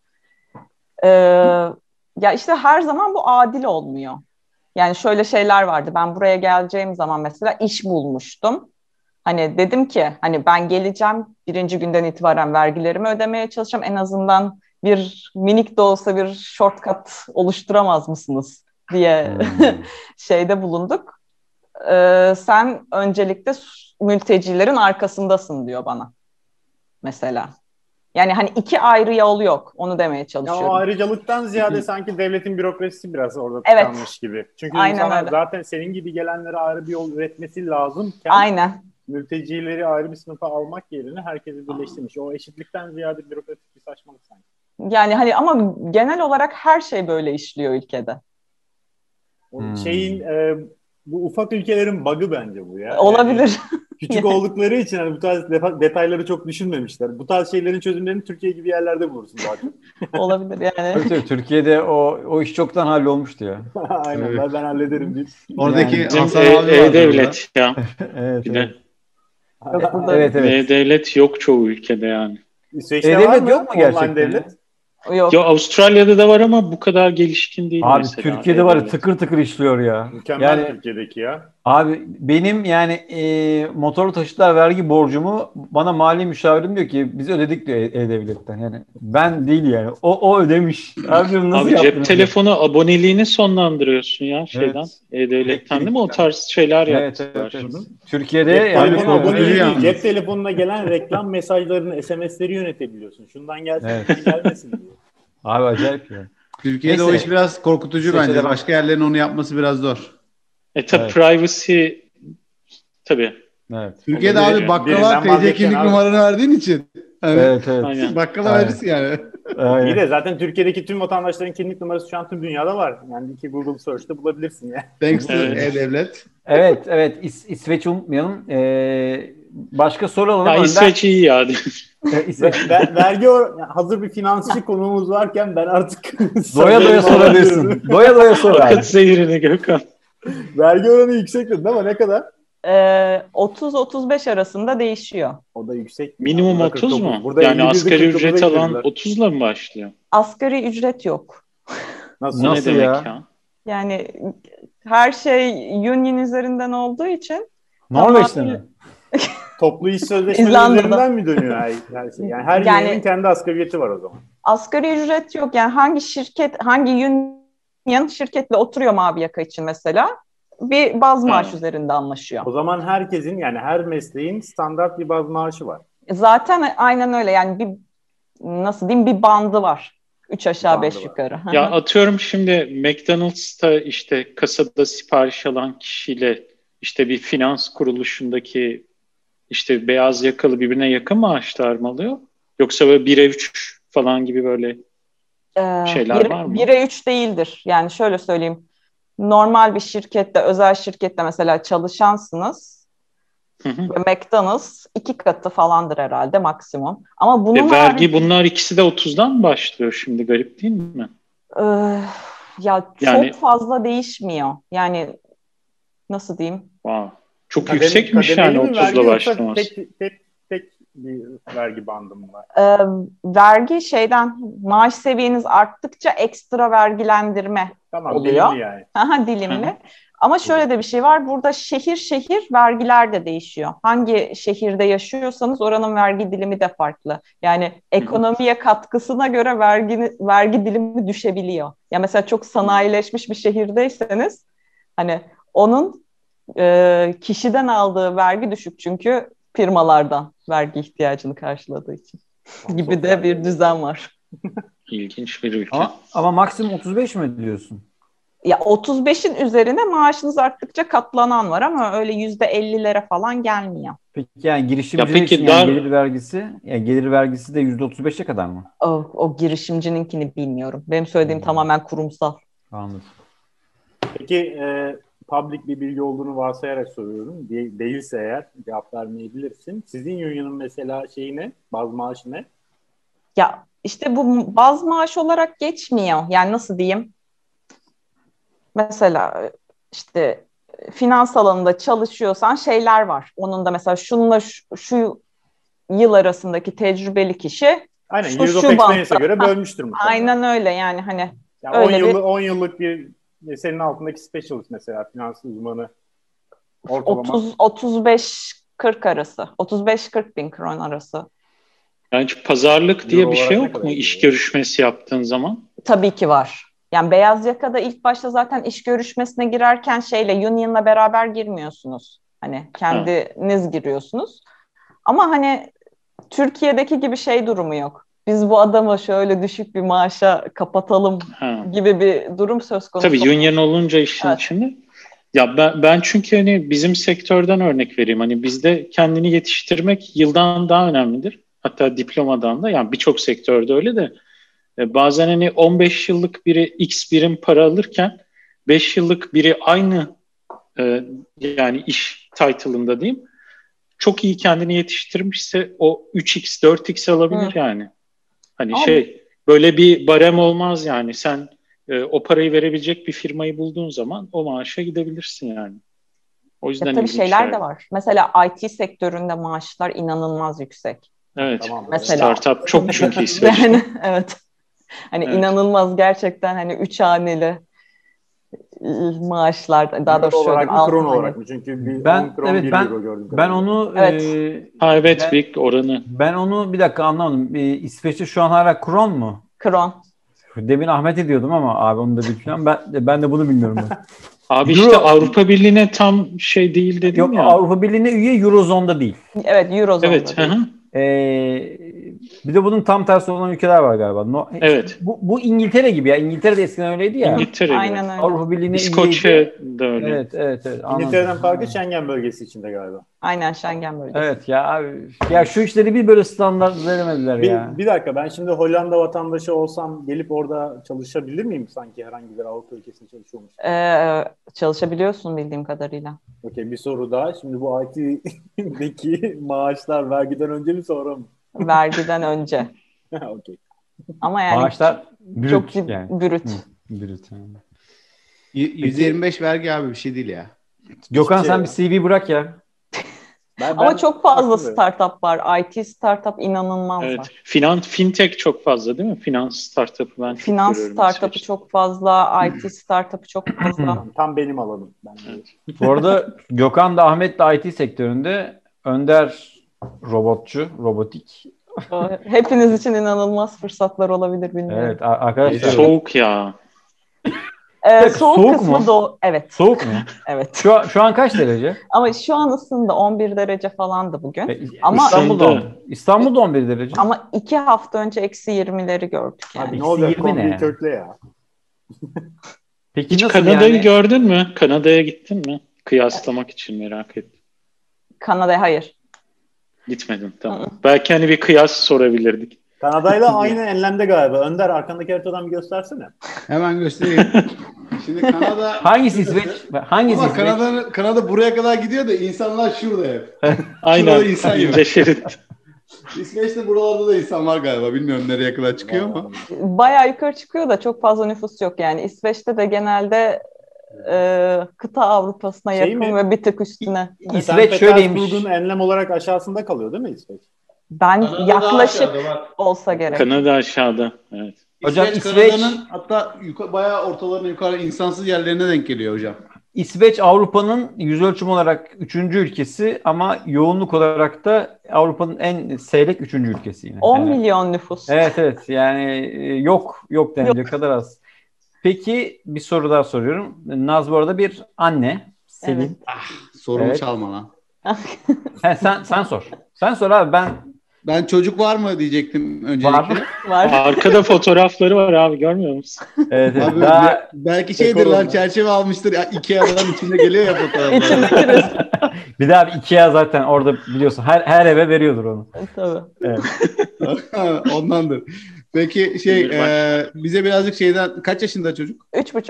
ya işte her zaman bu adil olmuyor. Yani şöyle şeyler vardı. Ben buraya geleceğim zaman mesela iş bulmuştum. Hani dedim ki hani ben geleceğim, birinci günden itibaren vergilerimi ödemeye çalışacağım. En azından bir minik de olsa bir shortcut oluşturamaz mısınız diye şeyde bulunduk. Sen öncelikle mültecilerin arkasındasın diyor bana mesela. Yani hani iki ayrı yol yok. Onu demeye çalışıyorum. Ya o ayrıcalıktan ziyade sanki devletin bürokrasisi biraz orada tıkanmış gibi. Çünkü insanlar zaten senin gibi gelenlere ayrı bir yol üretmesi lazımken mültecileri ayrı bir sınıfa almak yerine herkesi birleştirmiş. O eşitlikten ziyade bürokratik bir saçmalık sanki. Yani hani ama genel olarak her şey böyle işliyor ülkede. O bu ufak ülkelerin bug'ı bence bu ya. Olabilir. Yani küçük oldukları için hani bu tarz detayları çok düşünmemişler. Bu tarz şeylerin çözümlerini Türkiye gibi yerlerde bulursun zaten. Olabilir yani. Tabii Türkiye'de o iş çoktan hallolmuştu ya. Aynen ben hallederim deyip. Oradaki E-Devlet ya. Evet. Evet. E-Devlet yok çoğu ülkede yani. İsveç'te var mı? Yok mu gerçekten? Devlet? Yok. Ya Avustralya'da da var ama bu kadar gelişkin değil abi mesela. Türkiye'de var ya tıkır tıkır işliyor ya. Mükemmel yani, Türkiye'deki ya. Abi benim yani motorlu taşıtlar vergi borcumu bana mali müşavirim diyor ki biz ödedik diyor E-Devlet'ten. Yani ben değil yani. O ödemiş. Abi cep telefonu aboneliğini sonlandırıyorsun ya şeyden. Evet. E-Devlet'ten değil mi? O tarz şeyler yaptılar. Evet. Türkiye'de cep telefonuna gelen reklam mesajlarını, SMS'leri yönetebiliyorsun. Şundan gelsin, gelmesin diye. Abi acayip ya. Türkiye'de o iş biraz korkutucu bence. Başka yerlerin onu yapması biraz zor. Tabii privacy tabii. Evet. Türkiye'de abi bakkala TC kimlik numaranı verdiğin için. Evet. Bakkala verirsin yani. İyi de zaten Türkiye'deki tüm vatandaşların kimlik numarası şu an tüm dünyada var. Yani ki Google Search'te bulabilirsin ya. Thanks to E-Devlet. Evet. İsveç unutmayalım. Başka soru alalım. Ya İsveç iyi ya. Hazır bir finansçı konuğumuz varken ben artık doya sorabilirsin. Doya sor abi. Akıt zehirini Gökhan. Vergi oranı yüksek değil mi? Ne kadar? 30-35 arasında değişiyor. O da yüksek. Minimum 30 mu? Burada yani asgari ücret alan 30'la mı başlıyor? Asgari ücret yok. Nasıl ne demek ya? Yani her şey union üzerinden olduğu için. Norveç'te mi? Toplu iş sözleşmeleri üzerinden mi dönüyor her şey? Yani her yerinin kendi asgari ücreti var o zaman. Asgari ücret yok. Yani hangi union şirketle oturuyor mavi yaka için mesela bir baz maaş üzerinde anlaşıyor. O zaman herkesin yani her mesleğin standart bir baz maaşı var. Zaten aynen öyle yani nasıl diyeyim bir bandı var. 3 aşağı 5 yukarı. Ya atıyorum şimdi McDonald's'ta işte kasada sipariş alan kişiyle işte bir finans kuruluşundaki işte beyaz yakalı birbirine yakın maaşlar mı alıyor? Yoksa böyle 1'e 3 falan gibi böyle şeyler var mı? 1'e 3 değildir. Yani şöyle söyleyeyim. normal bir şirkette, özel şirkette mesela çalışansınız. Ve McDonald's 2 katı falandır herhalde maksimum. Ama bunun vergi bunlar ikisi de 30'dan mı başlıyor şimdi, garip değil mi? Yani çok fazla değişmiyor. Yani nasıl diyeyim? Wow. Çok yüksekmiş yani 30'la başlaması. Tek bir vergi bandı mı var? Vergi maaş seviyeniz arttıkça ekstra vergilendirme oluyor. Dilimli yani. Aha, dilimli. Ama şöyle de bir şey var. Burada şehir vergiler de değişiyor. Hangi şehirde yaşıyorsanız oranın vergi dilimi de farklı. Yani ekonomiye katkısına göre vergi dilimi düşebiliyor. Ya mesela çok sanayileşmiş bir şehirdeyseniz hani onun kişiden aldığı vergi düşük, çünkü firmalardan vergi ihtiyacını karşıladığı için gibi de bir düzen var. İlginç bir ülke. Ama maksimum 35 mi diyorsun? Ya 35'in üzerine maaşınız arttıkça katlanan var ama öyle %50'lere falan gelmiyor. Peki yani girişimcinin için gelir vergisi de %35'e kadar mı? O girişimcininkini bilmiyorum. Benim söylediğim tamamen kurumsal. Anladım. Peki public bir bilgi olduğunu varsayarak soruyorum. Değilse eğer cevap vermeyebilirsin. Sizin union'un mesela şeyi ne? Baz maaşı ne? Ya işte bu baz maaş olarak geçmiyor. Yani nasıl diyeyim? Mesela işte finans alanında çalışıyorsan şeyler var. Onun da mesela şununla şu yıl arasındaki tecrübeli kişi aynen, years of experience'e göre bölmüştür mutlaka. Aynen öyle yani hani yani öyle 10 yıllık bir senin altındaki specialist mesela finans uzmanı ortalama 35-40 arası. 35-40 bin kron arası. Yani pazarlık diye bir şey yok mu iş görüşmesi yaptığın zaman? Tabii ki var. Yani beyaz yakada ilk başta zaten iş görüşmesine girerken union'la beraber girmiyorsunuz. Hani kendiniz giriyorsunuz. Ama hani Türkiye'deki gibi durumu yok. Biz bu adamı şöyle düşük bir maaşa kapatalım gibi bir durum söz konusu. Tabii union olunca işin içinde. Ya ben çünkü hani bizim sektörden örnek vereyim. Hani bizde kendini yetiştirmek yıldan daha önemlidir. Hatta diplomadan da, yani birçok sektörde öyle de. Bazen hani 15 yıllık biri X birim para alırken 5 yıllık biri aynı yani iş title'ında diyeyim, çok iyi kendini yetiştirmişse o 3x 4x alabilir yani. Hani böyle bir barem olmaz yani. Sen o parayı verebilecek bir firmayı bulduğun zaman o maaşa gidebilirsin yani. O yüzden tabii şeyler de var. Mesela IT sektöründe maaşlar inanılmaz yüksek. Evet. Tamam, mesela. Startup çok çünkü İsveç'te. Yani, evet. Hani inanılmaz gerçekten, hani 3 haneli maaşlar, daha doğrusu olarak mı, kron olarak mı? Çünkü bir 10 kron 1 euro gördüm. Ben onu bir oranı. Ben onu bir dakika anlamadım. İsveç'te şu an hala kron mu? Kron. Demin Ahmet ediyordum ama abi onu da bilmiyorum. Ben de bunu bilmiyorum. Abi işte Avrupa Birliği'ne tam değil dedim. Yok, ya. Avrupa Birliği'ne üye, Eurozone'da değil. Evet, Eurozone'da değil. Bir de bunun tam tersi olan ülkeler var galiba. Evet. Bu İngiltere gibi ya. İngiltere de eskiden öyleydi ya. İngiltere gibi. Aynen öyle. Avrupa Birliği'ne İskoçya'da öyle. Evet. İngiltere'den farklı Schengen bölgesi içinde galiba. Aynen, Schengen bölgesi. Evet ya abi. Ya şu işleri bir böyle standart veremediler ya. Bir dakika, ben şimdi Hollanda vatandaşı olsam gelip orada çalışabilir miyim sanki herhangi bir Avrupa ülkesinde çalışıyormuş? Çalışabiliyorsun bildiğim kadarıyla. Okey, bir soru daha. Şimdi bu IT'deki maaşlar vergiden önce mi sonra mı? Vergiden önce. Okay. Ama yani maaşlar brüt, çok yani. Brüt yani. 125 vergi abi, bir şey değil ya. Gökhan sen bir CV bırak ya. Ama çok fazla startup var. IT startup inanılmaz var. Fintech çok fazla değil mi? Finans startup'ı ben Finans startup'ı çok fazla, IT startup'ı çok fazla. Tam benim alanım. Bu arada Gökhan da Ahmet de IT sektöründe, Önder robotik. Hepiniz için inanılmaz fırsatlar olabilir, bilmiyorum. Evet arkadaşlar. Soğuk ya. Soğuk kısmı mu? Da evet. Soğuk mu? Evet. Şu an kaç derece? Ama şu an ısındı. 11 derece falandı bugün. Ama İstanbul'da 11 derece. Ama 2 hafta önce eksi 20'leri gördük yani. Abi ne olacak? Kombiyi kökle ya. Peki hiç Kanada'yı gördün mü? Kanada'ya gittin mi? Kıyaslamak için merak ettim. Kanada'ya hayır. Gitmedim, tamam. Belki hani bir kıyas sorabilirdik. Kanada'yla aynı enlemde galiba. Önder arkandaki haritadan bir göstersene. Hemen göstereyim. Şimdi Kanada... Hangisi İsveç? Hangisi Ama İsveç? Kanada buraya kadar gidiyor da insanlar şurada hep. Aynen. İnsan yok. İsveç'te buralarda da insan var galiba. Bilmiyorum nereye kadar çıkıyor ama. Bayağı yukarı çıkıyor da çok fazla nüfus yok yani. İsveç'te de genelde kıta Avrupa'sına yakın ve bir tık üstüne. İsveç şöyleymiş. Petersburg'un enlem olarak aşağısında kalıyor değil mi İsveç? Ben yaklaşık olsa gerek. Kanada aşağıda. Evet. Hocam İsveç Kanada'nın hatta bayağı ortalarına yukarı insansız yerlerine denk geliyor hocam. İsveç Avrupa'nın yüz ölçüm olarak 3. ülkesi ama yoğunluk olarak da Avrupa'nın en seyrek 3. ülkesi yine. 10 milyon nüfus. Evet yani yok denilecek kadar az. Peki bir soru daha soruyorum. Naz bu arada bir anne. Selin. Evet. Sorumu çalma lan. Sen sor. Sen sor abi Ben çocuk var mı diyecektim öncelikle. Var. Arkada fotoğrafları var abi, görmüyor musun? Evet. Abi, belki şeydir lan, çerçeve almıştır. Ikea'dan içinde geliyor ya fotoğraflar. Bir daha Ikea zaten orada biliyorsun her eve veriyordur onu. Tabii. Evet. Ondandır. Peki bize birazcık şeyden, kaç yaşında çocuk?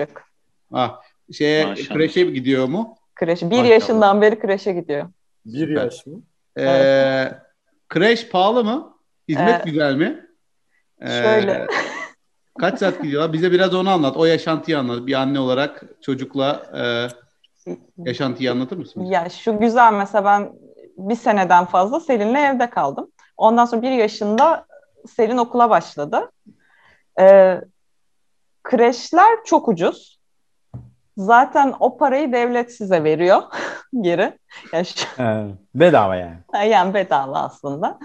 3,5. Kreşe gidiyor mu? Kreşe. 1 yaşından beri kreşe gidiyor. 1 yaş mı? Kreş pahalı mı? Hizmet güzel mi? Şöyle. Kaç saat gidiyorlar? Bize biraz onu anlat. O yaşantıyı anlat. Bir anne olarak çocukla yaşantıyı anlatır mısın? Ya şu güzel, mesela ben bir seneden fazla Selin'le evde kaldım. Ondan sonra 1 yaşında Selin okula başladı. Kreşler çok ucuz. Zaten o parayı devlet size veriyor geri. Yani bedava yani. Yani bedava aslında.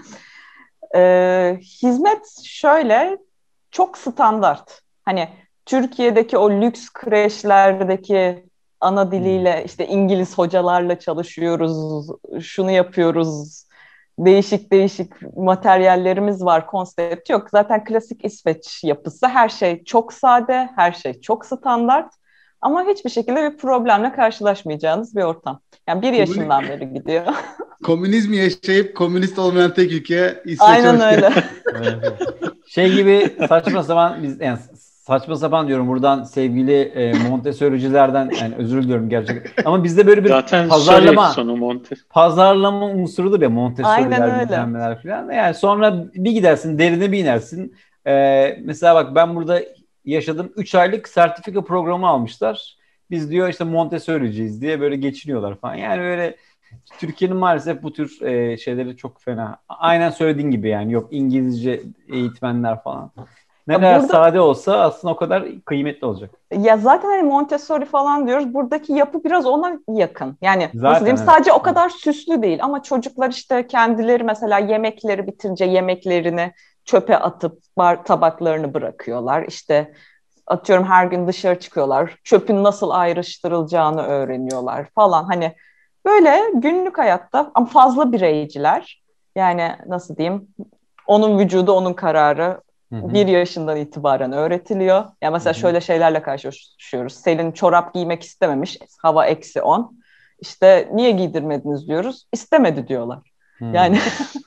Hizmet şöyle çok standart. Hani Türkiye'deki o lüks kreşlerdeki ana diliyle işte İngiliz hocalarla çalışıyoruz, şunu yapıyoruz, değişik materyallerimiz var, konsept yok. Zaten klasik İsveç yapısı, her şey çok sade, her şey çok standart. Ama hiçbir şekilde bir problemle karşılaşmayacağınız bir ortam. Yani 1 yaşından beri gidiyor. Komünizmi yaşayıp komünist olmayan tek ülke İsveç. Aynen öyle. Şey gibi saçma sapan diyorum buradan sevgili Montessori'cilerden, yani özür diliyorum gerçekten. Ama bizde böyle bir zaten pazarlama unsurudur ya, Montessori'ler, bilmemler falan. Yani sonra bir gidersin, derine bir inersin. Mesela bak, ben burada yaşadım. 3 aylık sertifika programı almışlar. Biz diyor işte Montessori'ciyiz diye böyle geçiniyorlar falan. Yani böyle Türkiye'nin maalesef bu tür şeyleri çok fena. Aynen söylediğin gibi yani, yok İngilizce eğitmenler falan. Ne kadar sade olsa aslında o kadar kıymetli olacak. Ya zaten hani Montessori falan diyoruz. Buradaki yapı biraz ona yakın. Yani zaten, nasıl diyeyim, sadece o kadar süslü değil ama çocuklar işte kendileri mesela yemekleri bitince yemeklerini çöpe atıp tabaklarını bırakıyorlar. İşte atıyorum her gün dışarı çıkıyorlar. Çöpün nasıl ayrıştırılacağını öğreniyorlar falan. Hani böyle günlük hayatta ama fazla bireyciler. Yani nasıl diyeyim? Onun vücudu, onun kararı 1 yaşından itibaren öğretiliyor. Yani mesela şöyle şeylerle karşılaşıyoruz. Selin çorap giymek istememiş. Hava -10. İşte niye giydirmediniz diyoruz. İstemedi diyorlar. Yani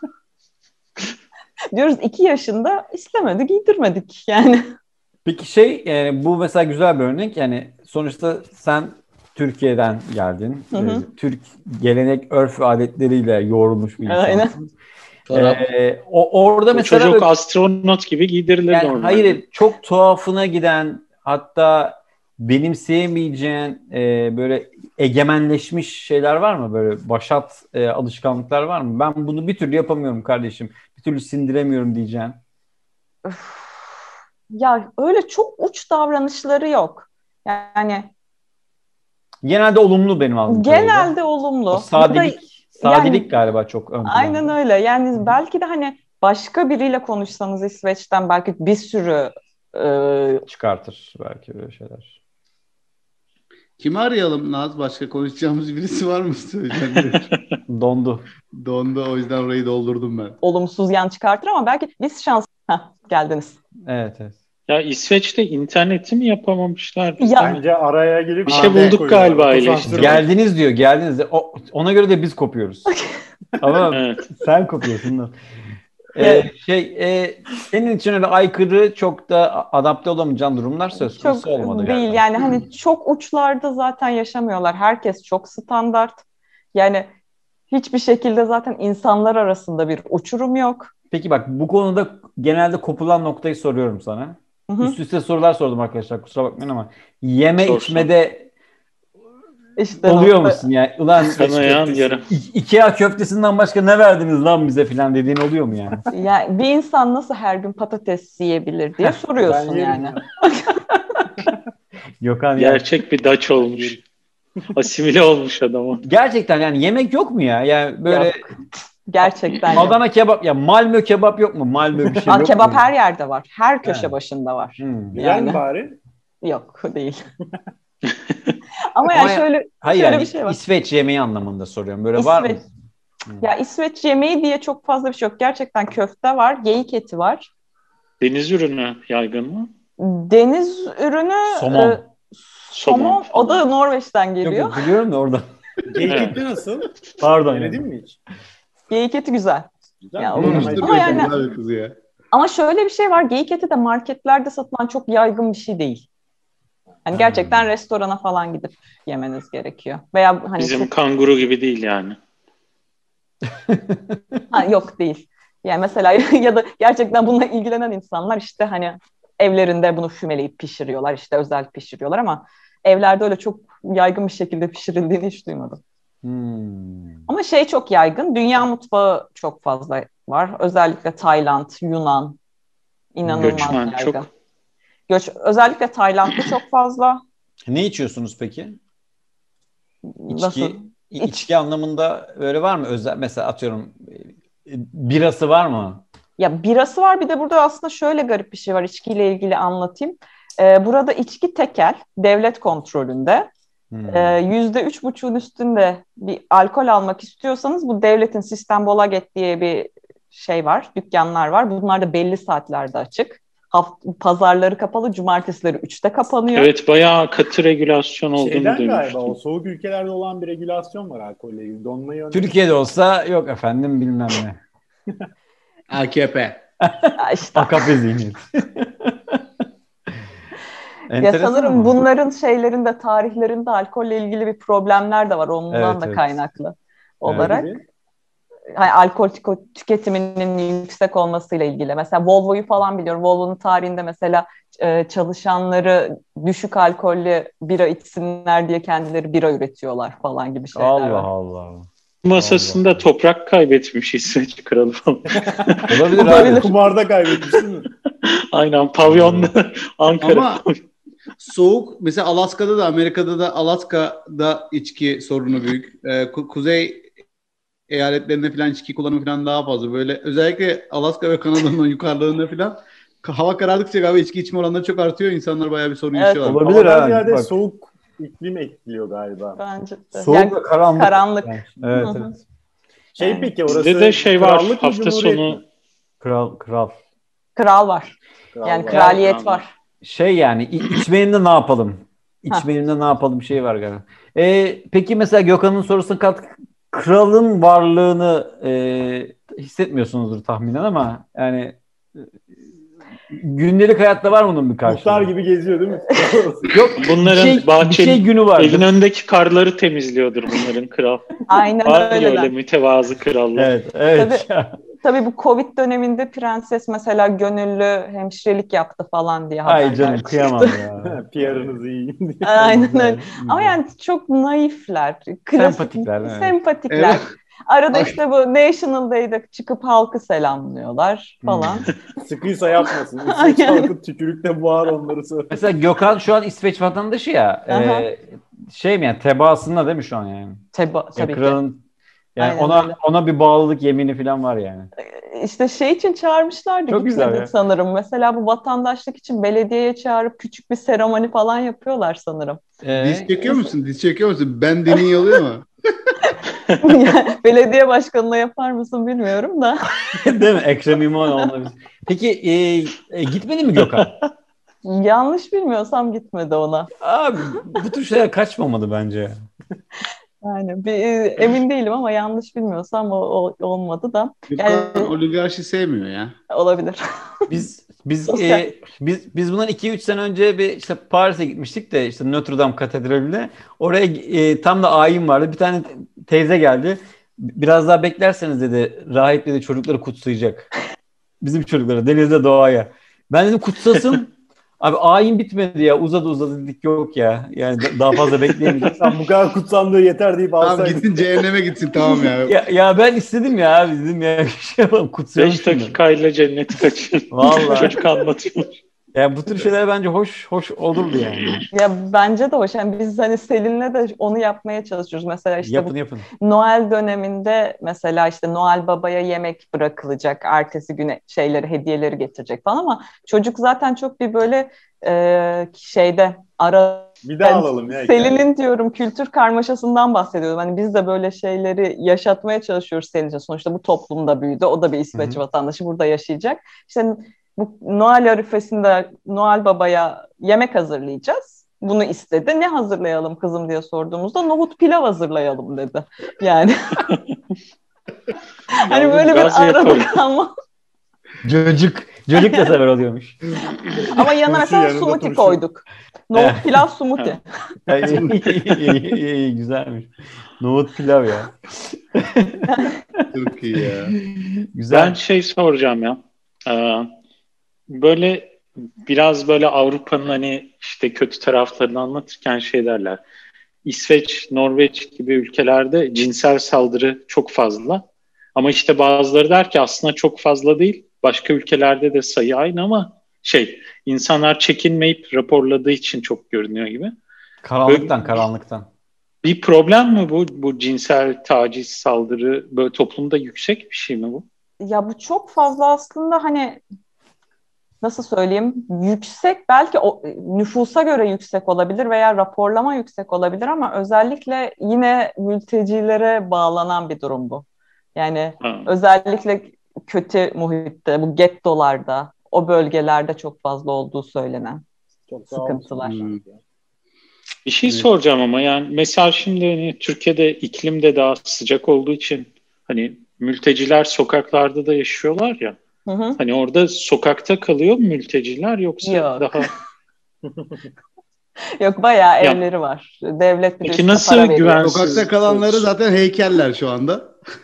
diyoruz 2 yaşında istemedi, giydirmedik yani. Peki yani bu mesela güzel bir örnek. Yani sonuçta sen Türkiye'den geldin. Türk gelenek, örf ve adetleriyle yoğrulmuş bir insansın. Aynen. Orada mesela çocuk astronot gibi giydirilir yani normalde. Hayır, çok tuhafına giden, hatta benimseyemeyeceğin böyle egemenleşmiş şeyler var mı? Böyle başat alışkanlıklar var mı? Ben bunu bir türlü yapamıyorum kardeşim. Bir türlü sindiremiyorum diyeceğin. Ya öyle çok uç davranışları yok. Yani genelde olumlu benim aldığım kadarıyla. Genelde kadarıyla. olumlu. O sadelik galiba çok ön planda. Aynen öyle. Yani belki de hani başka biriyle konuşsanız İsveç'ten belki bir sürü çıkartır belki böyle şeyler. Kimi arayalım Naz? Başka konuşacağımız birisi var mı? Dondu. O yüzden orayı doldurdum ben. Olumsuz yan çıkartır ama belki biz geldiniz. Evet. Ya İsveç'te interneti mi yapamamışlar? Bence araya girip bir şey bulduk galiba ile. Geldiniz diyor. Ona göre de biz kopuyoruz. Ama sen kopuyorsun. Senin için öyle aykırı, çok da adapte olamayacağın durumlar söz konusu çok olmadı değil galiba. yani hani çok uçlarda zaten yaşamıyorlar. Herkes çok standart. Yani hiçbir şekilde zaten insanlar arasında bir uçurum yok. Peki bak, bu konuda genelde kopulan noktayı soruyorum sana. Hı-hı. Üst üste sorular sordum arkadaşlar, kusura bakmayın ama yeme Sor. içmede İşte oluyor musun yani? Ulan IKEA köftesinden başka ne verdiniz lan bize falan dediğin oluyor mu yani? Yani bir insan nasıl her gün patates yiyebilir diye soruyorsun yani. Gökhan gerçek bir Dutch olmuş. Asimile olmuş adam. Gerçekten yani yemek yok mu ya? Yani böyle yok. Gerçekten Adana yok. Kebap ya, Malmö kebap yok mu? Malmö bir şey yok kebap mu? her yerde var. Her köşe başında var. Güzel mi bari? Yok değil. Ama yani şöyle yani bir şey var. İsveç yemeği anlamında soruyorum. Böyle var mı? Ya İsveç yemeği diye çok fazla bir şey yok. Gerçekten köfte var, geyik eti var. Deniz ürünü yaygın mı? Deniz ürünü somon. O da Norveç'ten geliyor. Yok, biliyorum da orada. Geyik eti nasıl? Pardon. Denedin mi hiç? Geyik eti güzel. Güzel. Ama şöyle bir şey var. Geyik eti de marketlerde satılan çok yaygın bir şey değil. Yani gerçekten restorana falan gidip yemeniz gerekiyor. Veya hani bizim kanguru gibi değil yani. Yok değil. Yani mesela ya da gerçekten bununla ilgilenen insanlar işte hani evlerinde bunu fümeleyip pişiriyorlar, işte özel pişiriyorlar ama evlerde öyle çok yaygın bir şekilde pişirildiğini hiç duymadım. Ama çok yaygın. Dünya mutfağı çok fazla var. Özellikle Tayland, Yunan inanılmaz göçmen yaygın. Özellikle Tayland'da çok fazla. Ne içiyorsunuz peki? Nasıl? İçki anlamında böyle var mı? Mesela atıyorum birası var mı? Ya birası var, bir de burada aslında şöyle garip bir şey var, içkiyle ilgili anlatayım. Burada içki tekel, devlet kontrolünde. %3,5'un üstünde bir alkol almak istiyorsanız bu devletin Systembolaget diye bir şey var, dükkanlar var. Bunlar da belli saatlerde açık. Pazarları kapalı, cumartesileri 3'te kapanıyor. Evet, bayağı katı regülasyon olduğunu duymuştum. Galiba o soğuk ülkelerde olan bir regülasyon var alkolle ilgili. Donmayı Türkiye'de olsa yok efendim bilmem ne. AKP. AKP zihniyeti. Ya sanırım bunların şeylerinde, tarihlerinde alkolle ilgili bir problemler de var. Ondan da kaynaklı olarak. Yani alkol tüketiminin yüksek olmasıyla ilgili. Mesela Volvo'yu falan biliyorum. Volvo'nun tarihinde mesela çalışanları düşük alkollü bira içsinler diye kendileri bira üretiyorlar falan gibi şeyler var. Allah. Masasında toprak kaybetmiş İsveç kralı falan. Olabilir. Kumarda kaybetmiş değil mi? Aynen, pavyonda Ankara. Ama soğuk mesela Alaska'da da, Amerika'da da, Alaska'da içki sorunu büyük. Kuzey eyaletlerinde falan içki kullanımı falan daha fazla. Böyle özellikle Alaska ve Kanada'nın yukarılarında falan hava karardıkça galiba içki içme oranları çok artıyor. İnsanlar bayağı bir sorun yaşıyorlar. Olabilir ha. Ziyade soğuk iklim etkiliyor galiba. Bence de. Soğuk ve karanlık. Yani. Evet. Peki orası bizde de var hafta sonu. Kral var. Yani kraliyet var. Yani içmeyeninde ne yapalım? İçmeyeninde ne yapalım şey var galiba. Peki mesela Gökhan'ın sorusuna kralın varlığını hissetmiyorsunuzdur tahminen ama yani gündelik hayatta var mı bunun bir karşılığı? Muhtar gibi geziyor değil mi? Yok, bunların bir şey günü var. Evin önündeki karları temizliyordur bunların kral. Aynen öyle mütevazı krallar. Evet. Tabii bu Covid döneminde prenses mesela gönüllü hemşirelik yaptı falan diye haberler çıktı. Ay canım kıyamam ya. PR'ınızı yiyin diye. Aynen öyle. Ama yani çok naifler. Sempatikler. Evet. Arada işte bu National Day'de çıkıp halkı selamlıyorlar falan. Sıkıysa yapmasın. İsveç halkı tükürükle boğar onları sonra. Mesela Gökhan şu an İsveç vatandaşı ya. Mi yani tebaasında değil mi şu an yani? Tabii kralın, ki. Yani ona bir bağlılık yemini falan var yani. İşte için çağırmışlardı. Çok güzel ya. Sanırım. Mesela bu vatandaşlık için belediyeye çağırıp küçük bir seremoni falan yapıyorlar sanırım. Diz çekiyor musun? Ben deney oluyor mu? Belediye başkanına yapar mısın bilmiyorum da. Değil mi? Ekrem İmamoğlu. Peki gitmedi mi Gökhan? Yanlış bilmiyorsam gitmedi ona. Abi bu tür şeyler kaçmamalı bence. Yani emin değilim ama yanlış bilmiyorsam o olmadı da. Yani, oligarşi sevmiyor ya. Olabilir. Biz bundan 2-3 sene önce bir işte Paris'e gitmiştik de işte Notre Dame Katedrali'ne. Oraya tam da ayin vardı. Bir tane teyze geldi. Biraz daha beklerseniz dedi, rahip dedi çocukları kutsayacak. Bizim çocuklara, denizde, doğaya. Ben dedim kutsasın. Abi ayin bitmedi ya. Uzadı dedik, yok ya. Yani daha fazla bekleyemeyeceğiz. Sen bu kadar kutsandığı yeter deyip alsaydın. Tamam gitsin cehenneme gitsin tamam ya. ya ben istedim ya abi, dedim ya bir şey yapalım, kutsayalım. 5 dakikayla cenneti kaçır. Vallahi. Çocuk anlatıyor. Yani bu tür şeyler bence hoş olurdu yani. Ya bence de hoş. Yani biz hani Selin'le de onu yapmaya çalışıyoruz. Mesela işte yapın. Noel döneminde mesela işte Noel Baba'ya yemek bırakılacak. Ertesi güne hediyeleri getirecek falan ama çocuk zaten çok bir böyle bir daha alalım ya. Selin'in diyorum kültür karmaşasından bahsediyorum. Hani biz de böyle şeyleri yaşatmaya çalışıyoruz Selin'ce. Sonuçta bu toplumda büyüdü. O da bir İsveç vatandaşı, burada yaşayacak. İşte bu Noel arifesinde Noel Baba'ya yemek hazırlayacağız. Bunu istedi. Ne hazırlayalım kızım diye sorduğumuzda nohut pilav hazırlayalım dedi. Yani hani böyle bir arada kalma. Cacık da sever oluyormuş. Ama yanına mesela smoothie koyduk. Nohut pilav smoothie. İyi, güzelmiş. Nohut pilav ya. Çok iyi ya. Güzel. Ben soracağım ya. Böyle biraz böyle Avrupa'nın hani işte kötü taraflarını anlatırken derler. İsveç, Norveç gibi ülkelerde cinsel saldırı çok fazla. Ama işte bazıları der ki aslında çok fazla değil. Başka ülkelerde de sayı aynı ama insanlar çekinmeyip raporladığı için çok görünüyor gibi. Karanlıktan. Bir problem mi bu cinsel taciz, saldırı böyle toplumda yüksek bir şey mi bu? Ya bu çok fazla aslında hani nasıl söyleyeyim, yüksek, belki nüfusa göre yüksek olabilir veya raporlama yüksek olabilir ama özellikle yine mültecilere bağlanan bir durum bu. Yani özellikle kötü muhitte, bu gettolarda, o bölgelerde çok fazla olduğu söylenen çok sıkıntılar. Bir şey soracağım ama yani mesela şimdi hani Türkiye'de iklim de daha sıcak olduğu için hani mülteciler sokaklarda da yaşıyorlar ya. Hı. Hani orada sokakta kalıyor mu mülteciler yoksa daha... Yok, bayağı evleri var. Devlet bir de nasıl para veriyor. Sokakta kalanları zaten heykeller şu anda.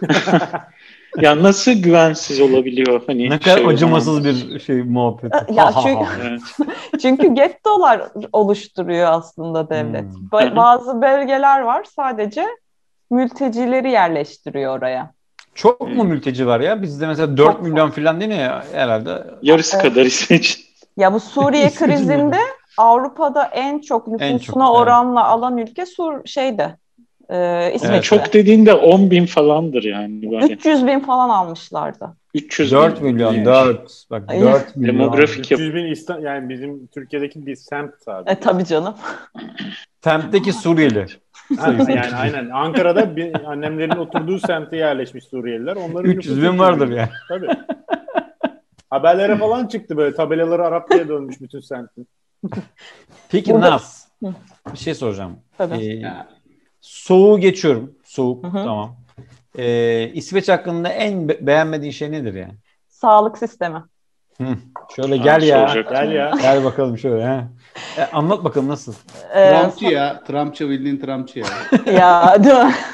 Ya nasıl güvensiz olabiliyor? Hani ne kadar acımasız bir muhabbet. Ya çünkü gettolar oluşturuyor aslında devlet. Bazı bölgeler var, sadece mültecileri yerleştiriyor oraya. Çok mu mülteci var ya? Bizde mesela 4 milyon falan değil mi ya herhalde? Yarısı kadar İsveç. Ya bu Suriye krizinde Avrupa'da en çok nüfusuna oranla alan ülke İsveç'te. Çok dediğinde 10 bin falandır yani. Böyle. 300 bin falan almışlardı. 4 milyon, 4. Bak 4 milyon. Demografik 300 bin yani bizim Türkiye'deki bir semt sadece. Tabii canım. Semtteki Suriyeli. Yani aynen. Ankara'da annemlerin oturduğu semte yerleşmiş Suriyeliler. Onların 300 bin vardır yani. Tabii. Haberlere falan çıktı böyle. Tabelaları Arapçaya dönmüş bütün semtin. Peki Naz, bir şey soracağım. Tabii. Soğuğu geçiyorum. Soğuk, tamam. İsveç hakkında en beğenmediğin şey nedir yani? Sağlık sistemi. Şöyle gel ya. Gel ya. Gel bakalım şöyle. Anlat bakalım nasıl? Trumpçı ya. Trumpçı, bildiğin Trumpçı ya. Ya değil mi?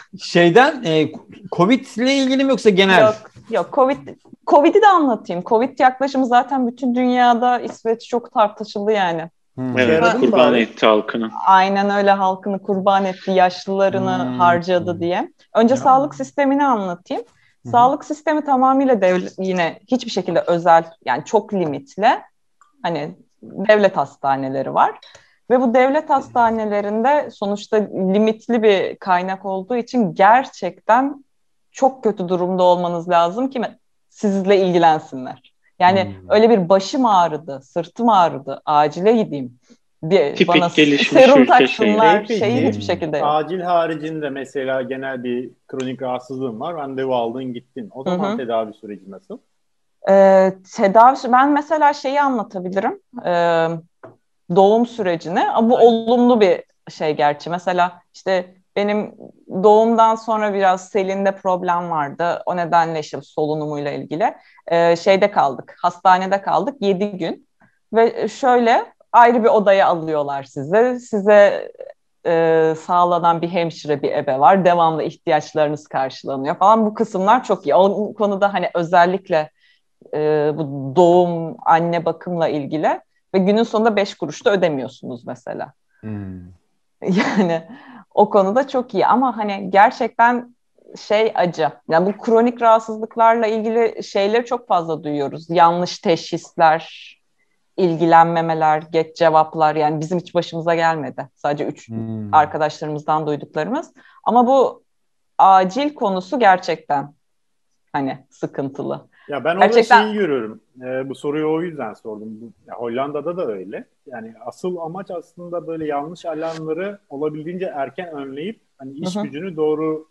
Covid ile ilgili mi yoksa genel? Yok. Covid'i de anlatayım. Covid yaklaşımı zaten bütün dünyada, İsveç çok tartışıldı yani. Evet, kurban etti halkını. Aynen öyle, halkını kurban etti, yaşlılarını harcadı diye. Önce sağlık sistemini anlatayım. Sağlık sistemi tamamıyla yine hiçbir şekilde özel, yani çok limitli. Hani devlet hastaneleri var. Ve bu devlet hastanelerinde sonuçta limitli bir kaynak olduğu için gerçekten çok kötü durumda olmanız lazım ki sizle ilgilensinler. Yani öyle bir başım ağrıdı, sırtım ağrıdı, acile gideyim. Bana serum taksınlar, hiçbir şekilde yok. Acil haricinde mesela genel bir kronik rahatsızlığın var, randevu aldın gittin. O zaman tedavi süreci nasıl? Ben mesela anlatabilirim. Doğum sürecini. Bu olumlu bir şey gerçi. Mesela işte Benim doğumdan sonra biraz Selin'de problem vardı. O nedenle işte solunumuyla ilgili. Şeyde kaldık, hastanede kaldık 7 gün. Ve şöyle ayrı bir odaya alıyorlar sizi. Size sağlanan bir hemşire, bir ebe var. Devamlı ihtiyaçlarınız karşılanıyor falan. Bu kısımlar çok iyi. O konuda hani özellikle bu doğum, anne bakımla ilgili ve günün sonunda 5 kuruş da ödemiyorsunuz mesela. Yani o konuda çok iyi ama hani gerçekten şey acı. Yani bu kronik rahatsızlıklarla ilgili şeyleri çok fazla duyuyoruz. Yanlış teşhisler, ilgilenmemeler, geç cevaplar, yani bizim hiç başımıza gelmedi. Sadece 3 arkadaşlarımızdan duyduklarımız. Ama bu acil konusu gerçekten hani sıkıntılı. Ya ben orada şeyi görüyorum. Bu soruyu o yüzden sordum. Hollanda'da da öyle. Yani asıl amaç aslında böyle yanlış alarmları olabildiğince erken önleyip hani iş gücünü doğru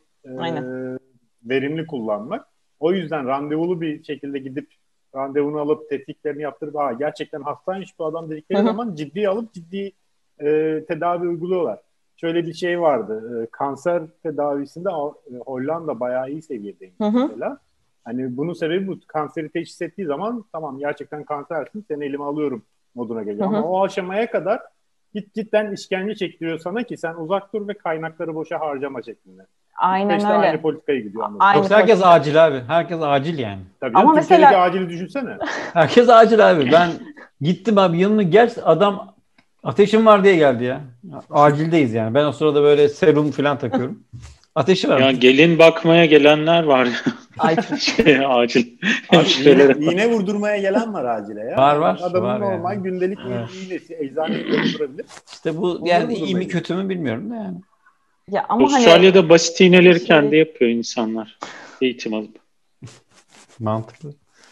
verimli kullanmak. O yüzden randevulu bir şekilde gidip randevunu alıp tetkiklerini yaptırıp gerçekten hastaymış bu adam dedikleri zaman ciddiye alıp ciddi tedavi uyguluyorlar. Şöyle bir şey vardı. Kanser tedavisinde Hollanda bayağı iyi seviyedeymiş mesela. Hani bunun sebebi bu. Kanseri teşhis ettiği zaman tamam gerçekten kansersin, seni elime alıyorum moduna geliyor. Ama o aşamaya kadar cidden işkence çektiriyor sana ki sen uzak dur ve kaynakları boşa harcama şeklinde. Aynen öyle. Aynı politikaya gidiyor. Yoksa herkes acil abi. Herkes acil yani. Tabii ama Türkiye'deki mesela acili düşünsene. Herkes acil abi. Ben gittim abi yanına gel adam ateşim var diye geldi ya. Acildeyiz yani. Ben o sırada böyle serum falan takıyorum. Ateşi var. Ya gelin bakmaya gelenler var. Acil. İğne vurdurmaya gelen var acile ya. Var. Adamın var normal yani. gündelik iğnesi, eczaneye vurdurabilir. İşte bu yani iyi mi kötü mü bilmiyorum da yani. Ya ama Avustralya'da hani, basit iğneleri kendi yapıyor insanlar. Eğitim alıp. Mantıklı.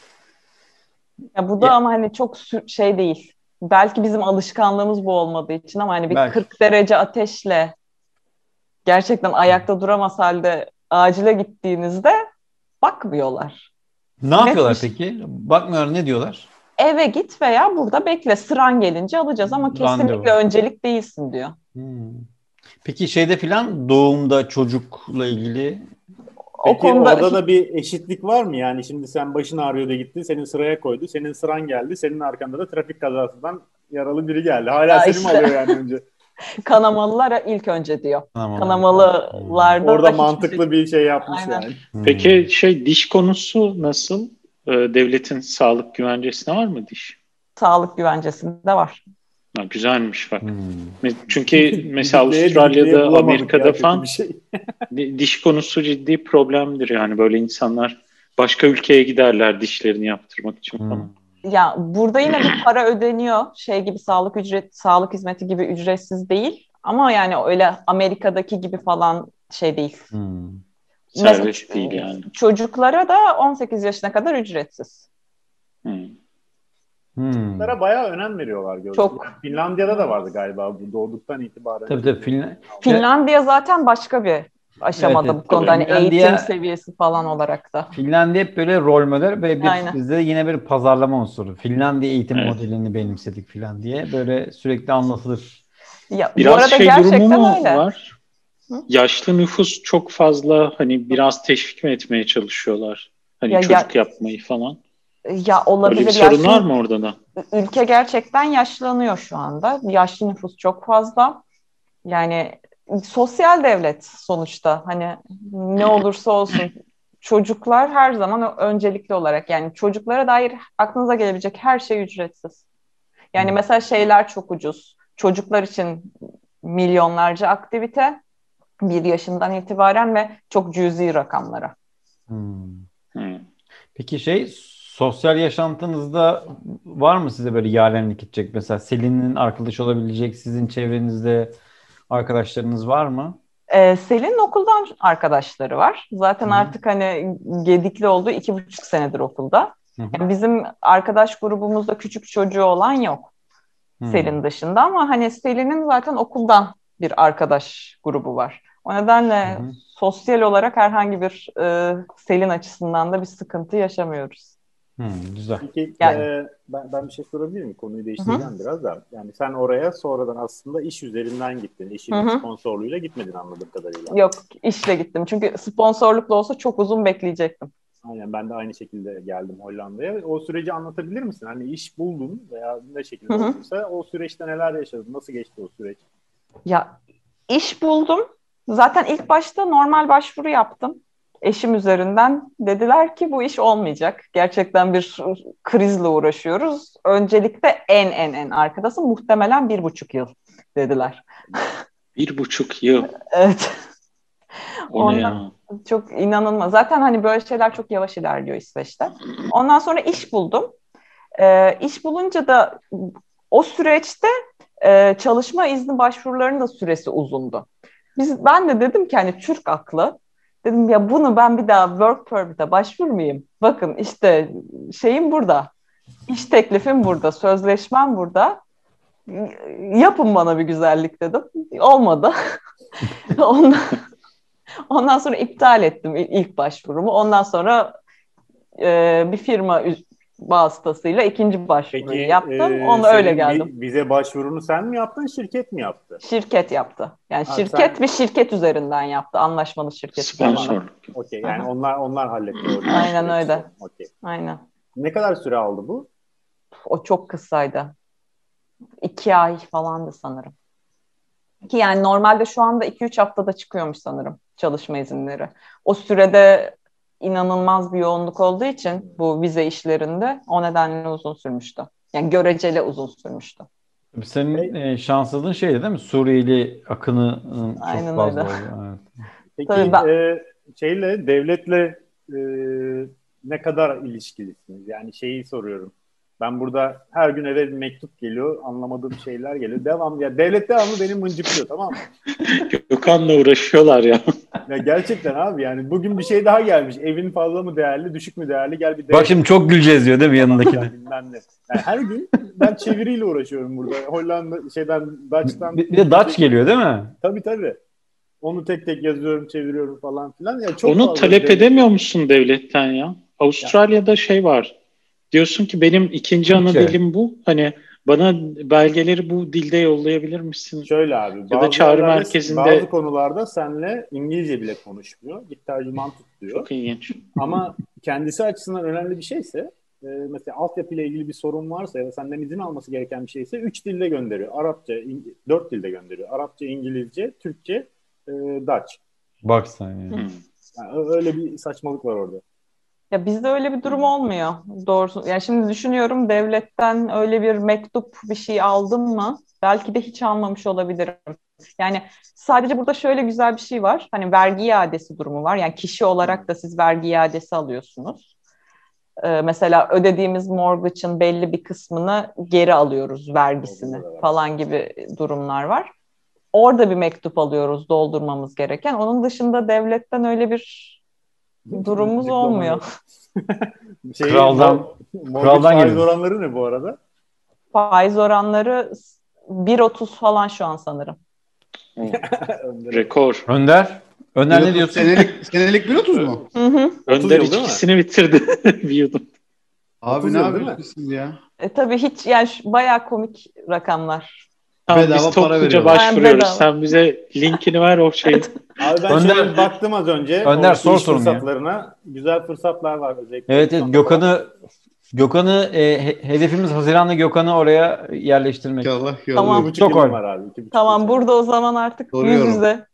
Ya bu da ama hani çok şey değil. Belki bizim alışkanlığımız bu olmadığı için ama hani bir 40 derece ateşle gerçekten ayakta duramaz halde acile gittiğinizde bakmıyorlar. Ne yapıyorlar peki? Bakmıyorlar, ne diyorlar? Eve git veya burada bekle. Sıran gelince alacağız ama kesinlikle öncelik değilsin diyor. Peki şeyde filan doğumda çocukla ilgili o konuda orada da bir eşitlik var mı? Yani şimdi sen başın ağrıyor da gittin, senin sıraya koydu, senin sıran geldi, senin arkanda da trafik kazasından yaralı biri geldi. Hala seni mi alıyor yani önce? Kanamalılara ilk önce diyor. Kanamalılarda orada mantıklı bir şey yapmış yani. Peki diş konusu nasıl? Devletin sağlık güvencesinde var mı diş? Sağlık güvencesinde var. Güzelmiş bak. Çünkü mesela Avustralya'da, Amerika'da falan diş konusu ciddi problemdir yani, böyle insanlar başka ülkeye giderler dişlerini yaptırmak için falan. Ya burada yine bir para ödeniyor. Gibi sağlık hizmeti gibi ücretsiz değil. Ama yani öyle Amerika'daki gibi falan değil. Serbest değil yani. Çocuklara da 18 yaşına kadar ücretsiz. Çocuklara bayağı önem veriyorlar. Çok. Finlandiya'da da vardı galiba bu doğduktan itibaren. Tabii. Finlandiya zaten başka bir aşamada bu konuda. Hani eğitim seviyesi falan olarak da. Finlandiya hep böyle rol model ve bizde yine bir pazarlama unsuru. Finlandiya eğitim modelini benimsedik falan diye. Böyle sürekli anlatılır. Ya, biraz durumu mu var? Yaşlı nüfus çok fazla, hani biraz teşvik mi etmeye çalışıyorlar? Hani çocuk yapmayı falan. Ya olabilir. Öyle bir sorun var mı orada da? Ülke gerçekten yaşlanıyor şu anda. Yaşlı nüfus çok fazla. Yani sosyal devlet sonuçta. Hani ne olursa olsun çocuklar her zaman öncelikli olarak, yani çocuklara dair aklınıza gelebilecek her şey ücretsiz. Yani mesela şeyler çok ucuz. Çocuklar için milyonlarca aktivite 1 yaşından itibaren ve çok cüzi rakamlara. Peki sosyal yaşantınızda var mı size böyle yarenlik edecek? Mesela Selin'in arkadaşı olabilecek sizin çevrenizde arkadaşlarınız var mı? Selin'in okuldan arkadaşları var. Zaten artık hani gedikli olduğu 2,5 senedir okulda. Yani bizim arkadaş grubumuzda küçük çocuğu olan yok. Selin dışında, ama hani Selin'in zaten okuldan bir arkadaş grubu var. O nedenle sosyal olarak herhangi bir Selin açısından da bir sıkıntı yaşamıyoruz. Güzel. Peki ben bir şey sorabilir miyim? Konuyu değiştireceğim biraz da. Yani sen oraya sonradan aslında iş üzerinden gittin. İşin sponsorluğuyla gitmedin anladığım kadarıyla. Yok, işle gittim. Çünkü sponsorlukla olsa çok uzun bekleyecektim. Aynen, ben de aynı şekilde geldim Hollanda'ya. O süreci anlatabilir misin? Hani iş buldun veya ne şekilde olduysa o süreçte neler yaşadın? Nasıl geçti o süreç? Ya iş buldum. Zaten ilk başta normal başvuru yaptım. Eşim üzerinden dediler ki bu iş olmayacak. Gerçekten bir krizle uğraşıyoruz. Öncelikle en arkadası muhtemelen 1,5 yıl dediler. 1,5 yıl. Evet. O ne ya? Çok inanılmaz. Zaten hani böyle şeyler çok yavaş ilerliyor İsveç'te. Ondan sonra iş buldum. İş bulunca da o süreçte çalışma izni başvurularının da süresi uzundu. Ben de dedim ki hani Türk aklı. Dedim ya bunu ben bir daha work permit'e başvurmayayım. Bakın işte şeyim burada. İş teklifim burada. Sözleşmem burada. Yapın bana bir güzellik dedim. Olmadı. Ondan sonra iptal ettim ilk başvurumu. Ondan sonra bir firma vasıtasıyla ikinci başvuruyu yaptım. Onu öyle geldim. Vize başvurunu sen mi yaptın, şirket mi yaptı? Şirket yaptı. Yani şirket bir şirket üzerinden yaptı. Anlaşmalı şirket. Sponsor. Okey. Yani onlar halletti o. Aynen öyle. Okay. Aynen. Ne kadar süre aldı bu? O çok kısaydı. 2 ay falandı sanırım. Ki yani normalde şu anda 2-3 haftada çıkıyormuş sanırım çalışma izinleri. O sürede inanılmaz bir yoğunluk olduğu için bu vize işlerinde o nedenle uzun sürmüştü. Yani göreceli uzun sürmüştü. Senin şanssızlığın şeydi değil mi? Suriyeli akını çok fazla oldu. Evet. Peki devletle ne kadar ilişkilisiniz? Yani şeyi soruyorum. Ben burada her gün eve bir mektup geliyor, anlamadığım şeyler geliyor. Devlet devamlı beni mıncıklıyor, tamam mı? Gökhan'la uğraşıyorlar ya. Ya gerçekten abi, yani bugün bir şey daha gelmiş. Evin fazla mı değerli, düşük mü değerli? Gel bir bak şimdi çok güleceğiz diyor değil mi yanındakine? Yani her gün ben çeviriyle uğraşıyorum burada. Hollanda Dutch'tan. Bir de Dutch geliyor değil mi? Tabii. Onu tek tek yazıyorum, çeviriyorum falan filan. Ya onu talep edemiyor musun devletten ya? Avustralya'da şey var. Diyorsun ki benim ikinci ana dilim bu. Hani bana belgeleri bu dilde yollayabilir misin? Şöyle abi. Ya da çağrı merkezinde. Bazı konularda seninle İngilizce bile konuşmuyor. Git tercüman tut diyor. Çok ilginç. Ama kendisi açısından önemli bir şeyse, mesela altyapıyla ilgili bir sorun varsa ya da senden izin alması gereken bir şeyse 3 dilde gönderiyor. Arapça, 4 dilde gönderiyor. Arapça, İngilizce, Türkçe, Dutch. Bak sen ya. Yani öyle bir saçmalık var orada. Ya bizde öyle bir durum olmuyor doğrusu. Yani şimdi düşünüyorum, devletten öyle bir mektup bir şey aldım mı? Belki de hiç almamış olabilirim. Yani sadece burada şöyle güzel bir şey var. Hani vergi iadesi durumu var. Yani kişi olarak da siz vergi iadesi alıyorsunuz. Mesela ödediğimiz mortgage'ın belli bir kısmını geri alıyoruz, vergisini falan gibi durumlar var. Orada bir mektup alıyoruz doldurmamız gereken. Onun dışında devletten öyle bir durumumuz olmuyor. Kraldan faiz oranları ne bu arada? Faiz oranları 1.30 falan şu an sanırım. Rekor. Önder ne diyorsun? Senelik 1.30 mu? Önder ikisini bitirdi. Bir yudum. Abi ne yapıyorsun ya? Tabii hiç yani bayağı komik rakamlar. Tamam, biz topluca başvuruyoruz. Sen bize linkini ver o şeyi. Abi ben şöyle baktım az önce. Önder sor fırsatlarına. Güzel fırsatlar var özellikle. Evet Gökhan'ı hedefimiz Haziran'da Gökhan'ı oraya yerleştirmek. Tamam. Çok var abi. Tamam, burada o zaman artık yüz yüze.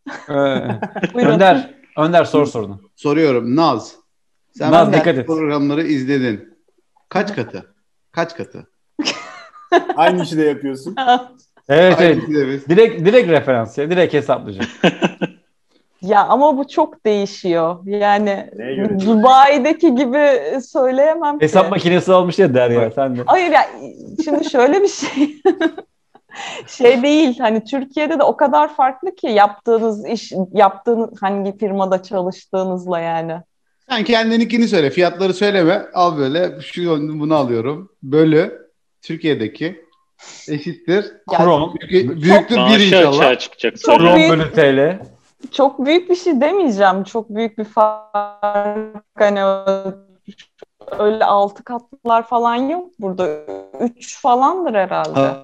Önder sor sorunu. Soruyorum. Naz. Sen Naz, dikkat et. Programları izledin. Kaç katı? Aynı işi de yapıyorsun. Evet. Direkt referans ya. Direkt hesaplayacağım. Ya ama bu çok değişiyor. Yani Dubai'deki gibi söyleyemem ki. Hesap makinesi almış ya Derya sen de. Hayır ya, şimdi şöyle bir şey. Şey değil, hani Türkiye'de de o kadar farklı ki yaptığınız iş, hangi firmada çalıştığınızla yani. Sen kendininkini söyle, fiyatları söyleme. Al böyle, bunu alıyorum. Bölü Türkiye'deki eşittir. Kron. Büyüktür bir inşallah. Kron bölü TL. Çok büyük bir şey demeyeceğim. Çok büyük bir fark. Hani öyle 6 katlar falan yok burada. 3 falandır herhalde.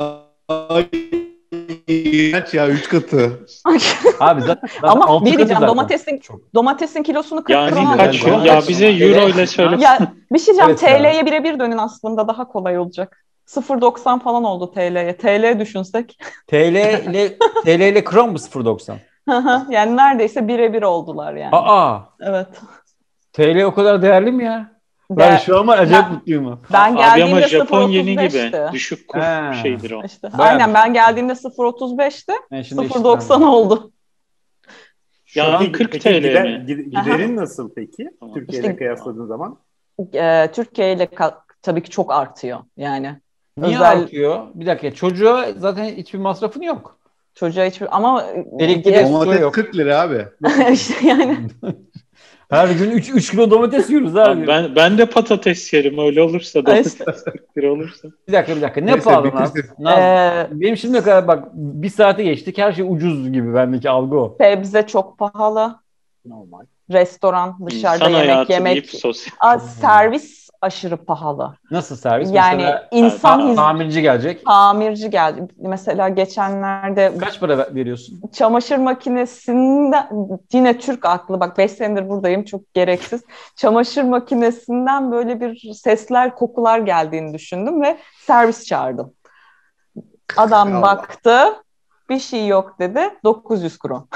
Kaç ya 3 katı. Abi zaten ama bir diyeceğim domatesin kilosunu 40 yani lira kaç ya bize euro ile söyle. Ya bir şey diyeceğim, Evet TL'ye birebir dönün, aslında daha kolay olacak. 0.90 falan oldu TL'ye. TL düşünsek. TL ile kron mu 0.90? Yani neredeyse birebir oldular yani. Aa. Evet. TL o kadar değerli mi ya? Ben şu an acayip mutluyum. Ben geldiğimde ama Japon yeni gibi. 0.35'ti. Düşük kur şeydir o. İşte, aynen ben geldiğimde 0.35'ti. 0.90 oldu. Şu an 40 TL mi? Giderin nasıl peki? Türkiye ile kıyasladığın zaman? Türkiye ile tabii ki çok artıyor yani. Niye artıyor? Bir dakika, çocuğa zaten hiçbir masrafın yok. Çocuğa hiçbir ama domates 40 lira abi. İşte yani. Her gün 3 kilo domates yiyoruz abi. Ben de patates yerim öyle olursa, domates 40 lira olursa. Bir dakika. Ne pahalı Naz? Benim şimdiye kadar bak bir saate geçtik, her şey ucuz gibi, bendeki algı o. Sebze çok pahalı. Normal. Restoran, dışarıda yemek. Servis aşırı pahalı. Nasıl servis? Yani mesela tamirci gelecek. Tamirci geldi. Mesela geçenlerde kaç para veriyorsun? Çamaşır makinesinden, yine Türk aklı, bak 5 senedir buradayım, çok gereksiz. Çamaşır makinesinden böyle bir sesler, kokular geldiğini düşündüm ve servis çağırdım. Adam baktı, bir şey yok dedi. 900 kron.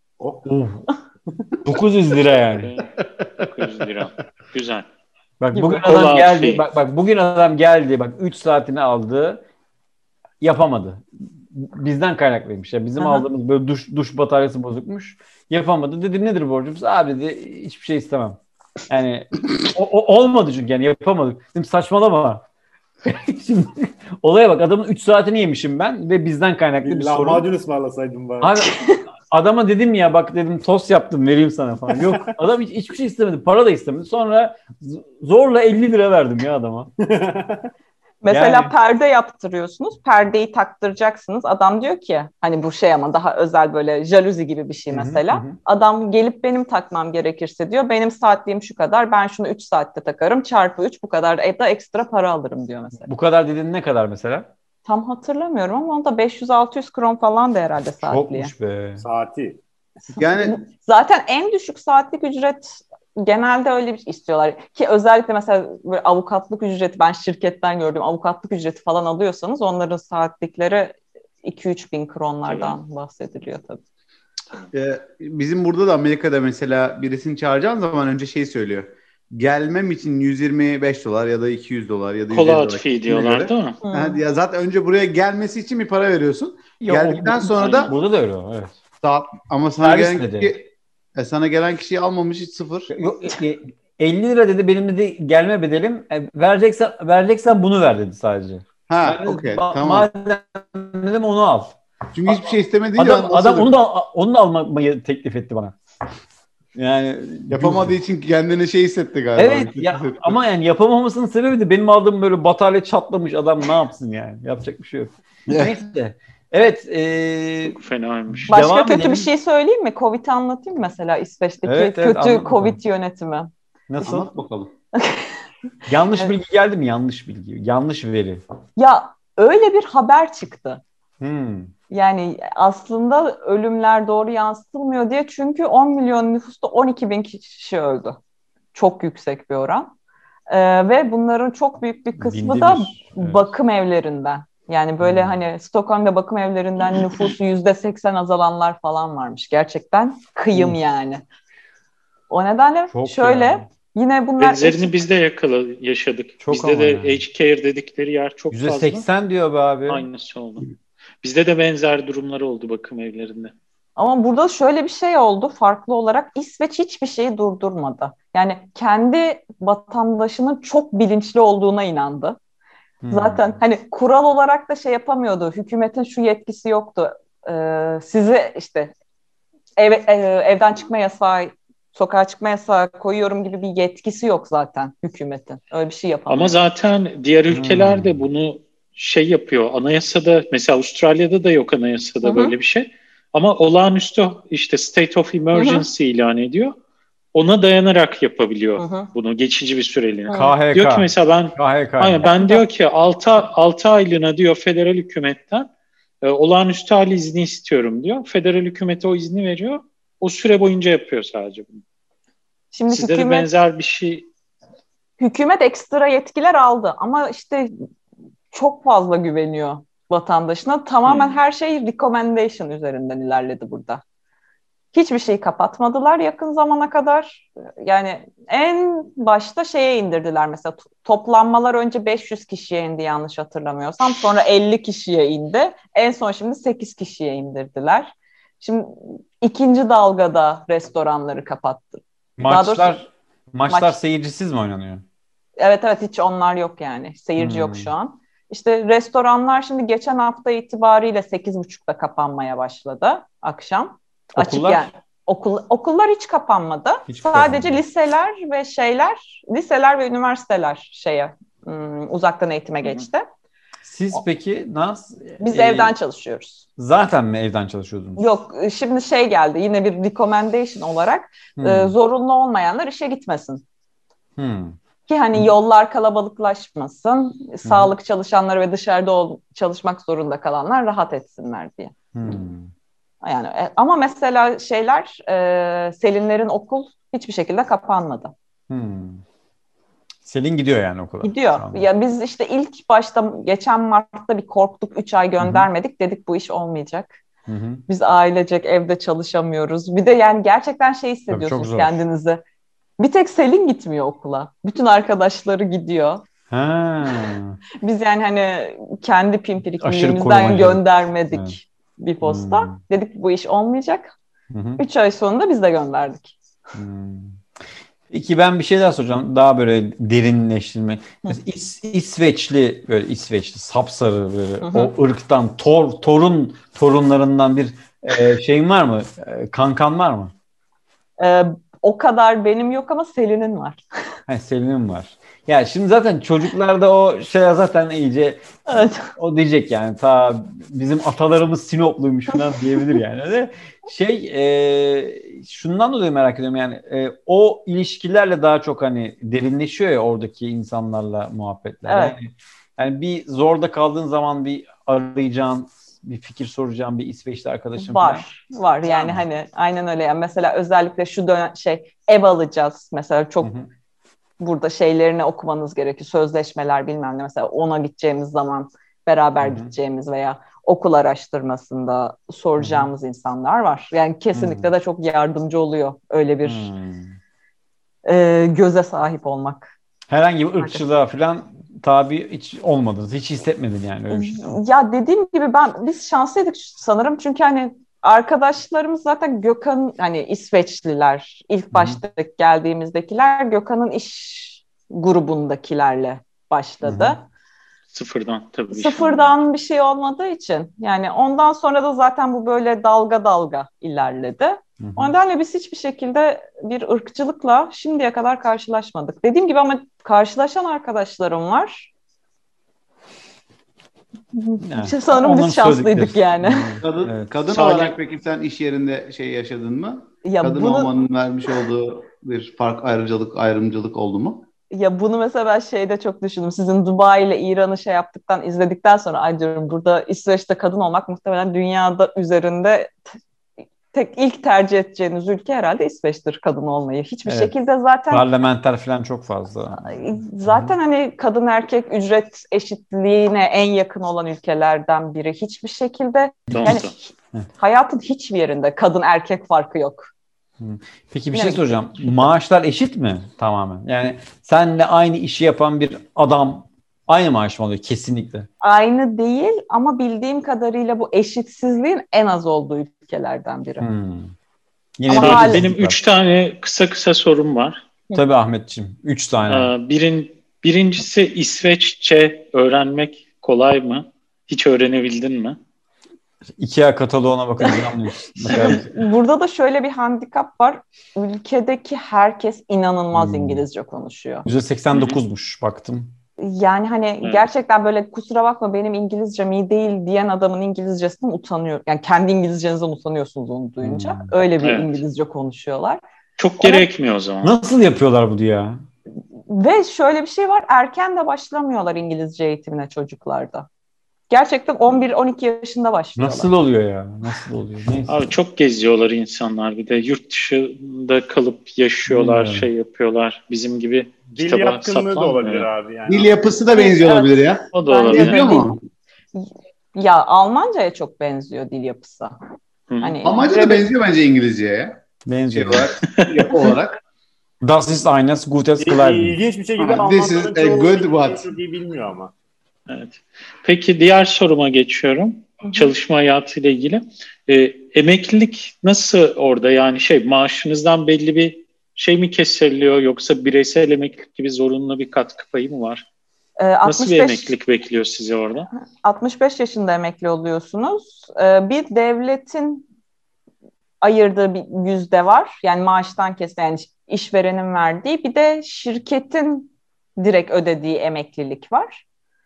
900 lira yani. 900 lira. Güzel. Bak bugün adam geldi. Bak bugün adam geldi. Bak 3 saatini aldı. Yapamadı. Bizden kaynaklıymış ya. Bizim aldığımız böyle duş bataryası bozukmuş. Yapamadı. Dedim nedir borcumuz? Abi dedi hiçbir şey istemem. Yani olmadı çünkü yani yapamadık. Dedim saçmalama. Şimdi olaya bak, adamın 3 saatini yemişim ben ve bizden kaynaklı bir sorun. Lahmacun ısmarlasaydım bari. Abi, adama dedim ya bak dedim tost yaptım vereyim sana falan. Yok, adam hiçbir şey istemedi. Para da istemedi. Sonra zorla 50 lira verdim ya adama. Mesela perde yaptırıyorsunuz. Perdeyi taktıracaksınız. Adam diyor ki hani bu şey ama daha özel, böyle jaluzi gibi bir şey mesela. Adam gelip benim takmam gerekirse diyor, benim saatliğim şu kadar, ben şunu 3 saatte takarım, çarpı 3 bu kadar da ekstra para alırım diyor mesela. Bu kadar dediğin ne kadar mesela? Tam hatırlamıyorum ama o da 500-600 kron falan da herhalde saatliği. Çokmuş be. Saati. Yani zaten en düşük saatlik ücret genelde öyle bir şey istiyorlar ki, özellikle mesela böyle avukatlık ücreti, ben şirketten gördüm, avukatlık ücreti falan alıyorsanız onların saatlikleri 2-3 bin kronlardan bahsediliyor tabii. Bizim burada da Amerika'da mesela birisini çağıracağın zaman önce şey söylüyor. Gelmem için $125 ya da $200 ya da $150 fee diyorlar değil mi? Yani ya zaten önce buraya gelmesi için bir para veriyorsun. Geldikten sonra da burada da öyle, evet. Ama sana gelen kişiyi almamış, hiç sıfır. Yok, 50 lira dedi benim dedi gelme bedelim. Vereceksen bunu ver dedi sadece. Okey, tamam. Madem dedim onu al. Çünkü hiçbir şey istemediği adam onu da almayı teklif etti bana. Yani yapamadığı için kendini şey hissetti galiba. Evet ya, ama yani yapamamasının sebebi de benim aldığım böyle batarya çatlamış, adam ne yapsın yani? Yapacak bir şey yok. Neyse. Evet. Çok fenaymış. Başka kötü bir şey söyleyeyim mi? Covid'i anlatayım mı mesela, İsveç'teki kötü Covid yönetimi. Nasıl? Anlat bakalım. Yanlış bilgi geldi mi? Yanlış bilgi. Yanlış veri. Ya öyle bir haber çıktı. Yani aslında ölümler doğru yansıtılmıyor diye, çünkü 10 milyon nüfusta 12 bin kişi öldü. Çok yüksek bir oran. Ve bunların çok büyük bir kısmı da bakım evlerinden. Yani böyle hani Stockholm'da bakım evlerinden nüfusu %80 azalanlar falan varmış. Gerçekten kıyım yani. O nedenle çok şöyle yine bunlar... Benzerini biz de yaşadık. Çok bizde de yani. Age care dedikleri yer çok %80 fazla. %80 diyor be abi. Aynısı oldu. Bizde de benzer durumlar oldu bakım evlerinde. Ama burada şöyle bir şey oldu farklı olarak. İsveç hiçbir şeyi durdurmadı. Yani kendi vatandaşının çok bilinçli olduğuna inandı. Zaten hani kural olarak da şey yapamıyordu. Hükümetin şu yetkisi yoktu. Size işte evden çıkma yasağı, sokağa çıkma yasağı koyuyorum gibi bir yetkisi yok zaten hükümetin. Öyle bir şey yapamıyor. Ama zaten diğer ülkeler de bunu şey yapıyor. Anayasada mesela Avustralya'da da yok anayasada böyle bir şey. Ama olağanüstü işte state of emergency ilan ediyor. ona dayanarak yapabiliyor bunu geçici bir süreliğine. KHK. Diyor ki mesela KHK. ben diyor ki 6 aylığına diyor federal hükümetten olağanüstü hal izni istiyorum diyor. Federal hükümete o izni veriyor. O süre boyunca yapıyor sadece bunu. Şimdi Sizde de benzer bir şey. Hükümet ekstra yetkiler aldı ama işte çok fazla güveniyor vatandaşına. Tamamen her şey recommendation üzerinden ilerledi burada. Hiçbir şeyi kapatmadılar yakın zamana kadar. Yani en başta şeye indirdiler mesela, toplanmalar önce 500 kişiye indi yanlış hatırlamıyorsam. Sonra 50 kişiye indi. En son şimdi 8 kişiye indirdiler. Şimdi ikinci dalgada restoranları kapattı. Maçlar seyircisiz mi oynanıyor? Evet hiç onlar yok yani. Seyirci yok şu an. İşte restoranlar şimdi geçen hafta itibariyle 8.30'da kapanmaya başladı akşam. Okullar? Açık yani. Okullar hiç kapanmadı. Sadece liseler ve üniversiteler uzaktan eğitime geçti. Siz peki Naz? Biz evden çalışıyoruz. Zaten mi evden çalışıyordunuz? Yok, şimdi geldi yine bir recommendation olarak zorunlu olmayanlar işe gitmesin. Ki hani yollar kalabalıklaşmasın, sağlık çalışanları ve dışarıda çalışmak zorunda kalanlar rahat etsinler diye. Yani ama mesela Selinlerin okul hiçbir şekilde kapanmadı. Selin gidiyor yani okula. Gidiyor. Ya biz işte ilk başta geçen Mart'ta bir korktuk, 3 ay göndermedik. Dedik bu iş olmayacak. Biz ailecek evde çalışamıyoruz. Bir de yani gerçekten hissediyorsunuz kendinizi. Bir tek Selin gitmiyor okula. Bütün arkadaşları gidiyor. Biz yani hani kendi pimpirikliğimizden göndermedik bir posta. Dedik bu iş olmayacak. 3 ay sonunda biz de gönderdik. Peki ben bir şey daha soracağım. Daha böyle derinleştirme. İsveçli sapsarı böyle o ırktan torunlarından bir şeyin var mı? Kankan var mı? O kadar benim yok ama Selin'in var. Selin'in var. Yani şimdi zaten çocuklarda o zaten iyice o diyecek yani ta bizim atalarımız Sinopluymuş falan diyebilir yani. Öyle şundan dolayı merak ediyorum yani o ilişkilerle daha çok hani derinleşiyor ya oradaki insanlarla muhabbetler. Evet. Yani bir zorda kaldığın zaman bir arayacağın, bir fikir soracağım bir İsveçli arkadaşım var yani hani aynen öyle yani mesela özellikle şu dönem ev alacağız mesela çok burada şeylerini okumanız gerekiyor, sözleşmeler bilmem ne, mesela ona gideceğimiz zaman beraber gideceğimiz veya okul araştırmasında soracağımız insanlar var yani kesinlikle de çok yardımcı oluyor öyle bir göze sahip olmak. Herhangi bir ırkçılığa falan tabi hiç olmadınız. Hiç hissetmedin yani öyle bir şey. Ya dediğim gibi biz şanslıydık sanırım. Çünkü hani arkadaşlarımız zaten Gökhan hani İsveçliler ilk başta geldiğimizdekiler Gökhan'ın iş grubundakilerle başladı. Sıfırdan tabii. Sıfırdan bir şey olmadığı için yani ondan sonra da zaten bu böyle dalga dalga ilerledi. O nedenle biz hiçbir şekilde bir ırkçılıkla şimdiye kadar karşılaşmadık. Dediğim gibi ama karşılaşan arkadaşlarım var. Yani, sanırım biz şanslıydık yani. Kadın olarak peki sen iş yerinde yaşadın mı? Kadın olmanın vermiş olduğu bir ayrımcılık oldu mu? Ya bunu mesela ben çok düşündüm. Sizin Dubai ile İran'ı yaptıktan, izledikten sonra ay diyorum burada İsveç'te kadın olmak muhtemelen dünyada üzerinde ilk tercih edeceğiniz ülke herhalde İsveç'tir kadın olmayı. Hiçbir şekilde zaten parlamenter falan çok fazla. Zaten hani kadın erkek ücret eşitliğine en yakın olan ülkelerden biri. Hiçbir şekilde yani hayatın hiçbir yerinde kadın erkek farkı yok. Peki bir şey soracağım. Maaşlar eşit mi tamamen? Yani seninle aynı işi yapan bir adam aynı maaş mı alıyor? Kesinlikle. Aynı değil ama bildiğim kadarıyla bu eşitsizliğin en az olduğu ülkelerden biri. Yine benim 3 tane kısa sorum var. Tabii Ahmetciğim. 3 tane. Birincisi İsveççe öğrenmek kolay mı? Hiç öğrenebildin mi? IKEA kataloğuna bakacağım. Burada da şöyle bir handikap var. Ülkedeki herkes inanılmaz İngilizce konuşuyor. %89'muş baktım. Yani hani gerçekten böyle kusura bakma benim İngilizcem iyi değil diyen adamın İngilizcesinden utanıyor. Yani kendi İngilizcenizden utanıyorsunuz onu duyunca. Öyle bir İngilizce konuşuyorlar. Çok gerekmiyor o zaman. Nasıl yapıyorlar bu ya? Ve şöyle bir şey var, erken de başlamıyorlar İngilizce eğitimine çocuklarda. Gerçekten 11-12 yaşında başlıyorlar. Nasıl oluyor ya? Nasıl oluyor? Neyse. Abi çok geziyorlar insanlar, bir de yurt dışında kalıp yaşıyorlar, şey yapıyorlar. Bizim gibi dil kitaba yatkınlığı da olabilir abi yani. Dil yapısı da benziyor olabilir ya. O da olabilir. Benziyor mu? Ya Almanca'ya çok benziyor dil yapısı. Hani Almanca da benziyor bence İngilizceye. Benziyor. Yapı olarak. Das ist eines gutes Kleid. İlginç bir şekilde Almanların çoğu bilmiyor ama. Evet. Peki diğer soruma geçiyorum. Çalışma hayatıyla ilgili. Emeklilik nasıl orada? Yani maaşınızdan belli bir şey mi kesiliyor, yoksa bireysel emeklilik gibi zorunlu bir katkı payı mı var? Nasıl bir emeklilik bekliyor sizi orada? 65 yaşında emekli oluyorsunuz. Bir devletin ayırdığı bir yüzde var. Yani maaştan kesilen, yani işverenin verdiği, bir de şirketin direkt ödediği emeklilik var.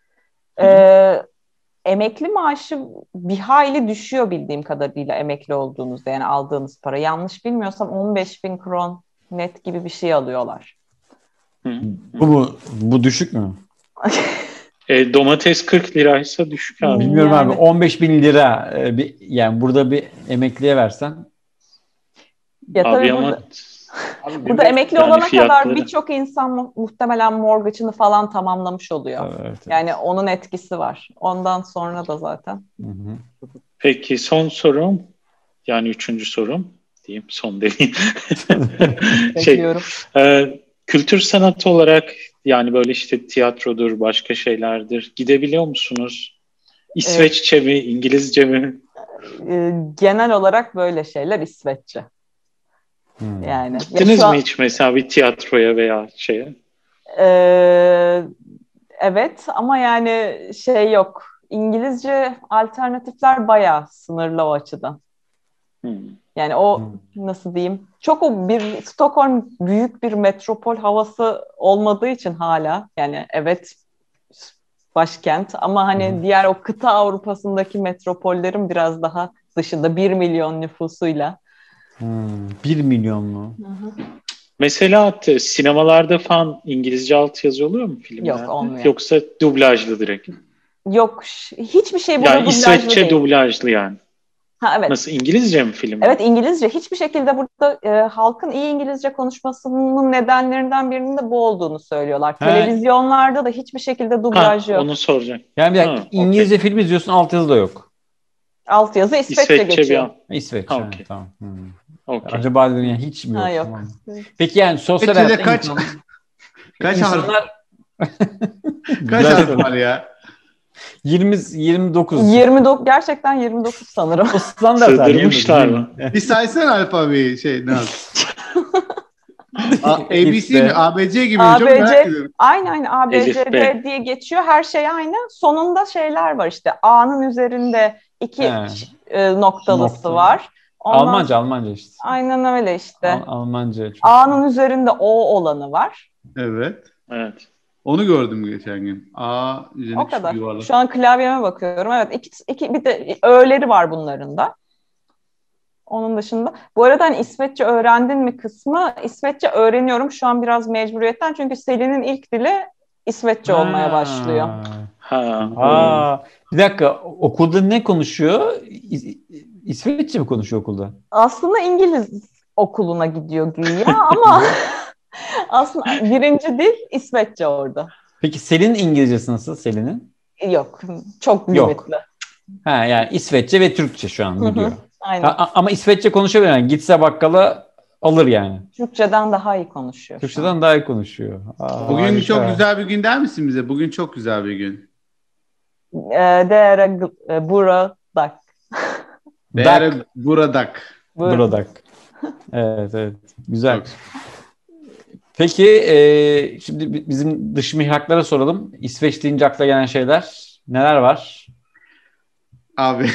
Emekli maaşı bir hayli düşüyor bildiğim kadarıyla emekli olduğunuzda, yani aldığınız para. Yanlış bilmiyorsam 15.000 kron net gibi bir şey alıyorlar. Bu düşük mü? Domates 40 liraysa düşük abi. Bilmiyorum yani. Abi 15.000 lira yani burada bir emekliye versen. Ya tabii burada emekli olana kadar birçok insan muhtemelen mortgage'ını falan tamamlamış oluyor. Evet. Yani onun etkisi var. Ondan sonra da zaten. Hı. Peki son sorum, yani 3. sorum diyeyim, son demeyeyim. Bekliyorum. Kültür sanatı olarak, yani böyle tiyatrodur, başka şeylerdir, gidebiliyor musunuz? İsveççe mi, İngilizce mi? Genel olarak böyle şeyler İsveççe. Yani gittiniz mi hiç mesela bir tiyatroya veya şeye? Evet ama yani yok. İngilizce alternatifler bayağı sınırlı o açıdan. Yani o nasıl diyeyim? Çok Stockholm büyük bir metropol havası olmadığı için hala, yani evet başkent ama hani diğer o kıta Avrupa'sındaki metropollerin biraz daha dışında, 1 milyon nüfusuyla. 1 milyon mu? Mesela sinemalarda falan İngilizce altyazı oluyor mu filmlerde? Yok, olmuyor. Yoksa dublajlı direkt? Yok, hiçbir şey burada yani dublajlı İsveççe değil. Dublajlı yani. Evet. Nasıl, İngilizce mi film? Evet, İngilizce. Hiçbir şekilde burada halkın iyi İngilizce konuşmasının nedenlerinden birinin de bu olduğunu söylüyorlar. Televizyonlarda da hiçbir şekilde dublaj yok. Onu soracağım. Yani İngilizce film izliyorsun, altyazı da yok. Altyazı İsveççe geçiyor. İsveççe, okay. Tamam. Okay. Acaba dedim yani hiç mi yok? Yok. Tamam. Peki yani sosyal hayatta kaç harf var ya? 29. 29, gerçekten 29 sanırım. O standart. Sığdırmışlar mı? Bir saysan alfabeyi ABC mi? ABC gibi mi? Çok merak ediyorum. Aynen ABCD diye geçiyor. Her şey aynı. Sonunda şeyler var işte. A'nın üzerinde 2 noktalısı var. Almanca işte. Aynen öyle işte. Almanca. A'nın üzerinde O olanı var. Evet. Onu gördüm geçen gün. Üzerine o kadar. Yuvarlak. Şu an klavyeme bakıyorum. Evet, iki bir de öğeleri var bunların da. Onun dışında. Bu arada hani İsveççe öğrendin mi kısmı, İsveççe öğreniyorum şu an biraz mecburiyetten. Çünkü Selin'in ilk dili İsveççe olmaya başlıyor. Bir dakika, okulda ne konuşuyor? İsveççe mi konuşuyor okulda? Aslında İngiliz okuluna gidiyor güya ama aslında birinci dil İsveççe orada. Peki Selin'in İngilizcesi nasıl, Selin'in? Yok, çok limitli. Yani İsveççe ve Türkçe şu an gidiyor. Aynen. Ama İsveççe konuşabilir yani. Gitse bakkala alır yani. Türkçeden daha iyi konuşuyor. Türkçeden daha iyi konuşuyor. Bugün harika. Çok güzel bir gün der misin bize? Bugün çok güzel bir gün. Değere buradak. Değere buradak. Buradak. Evet. Güzel. Çok. Peki şimdi bizim dış mihraklara soralım. İsveç deyince akla gelen şeyler neler var? Abi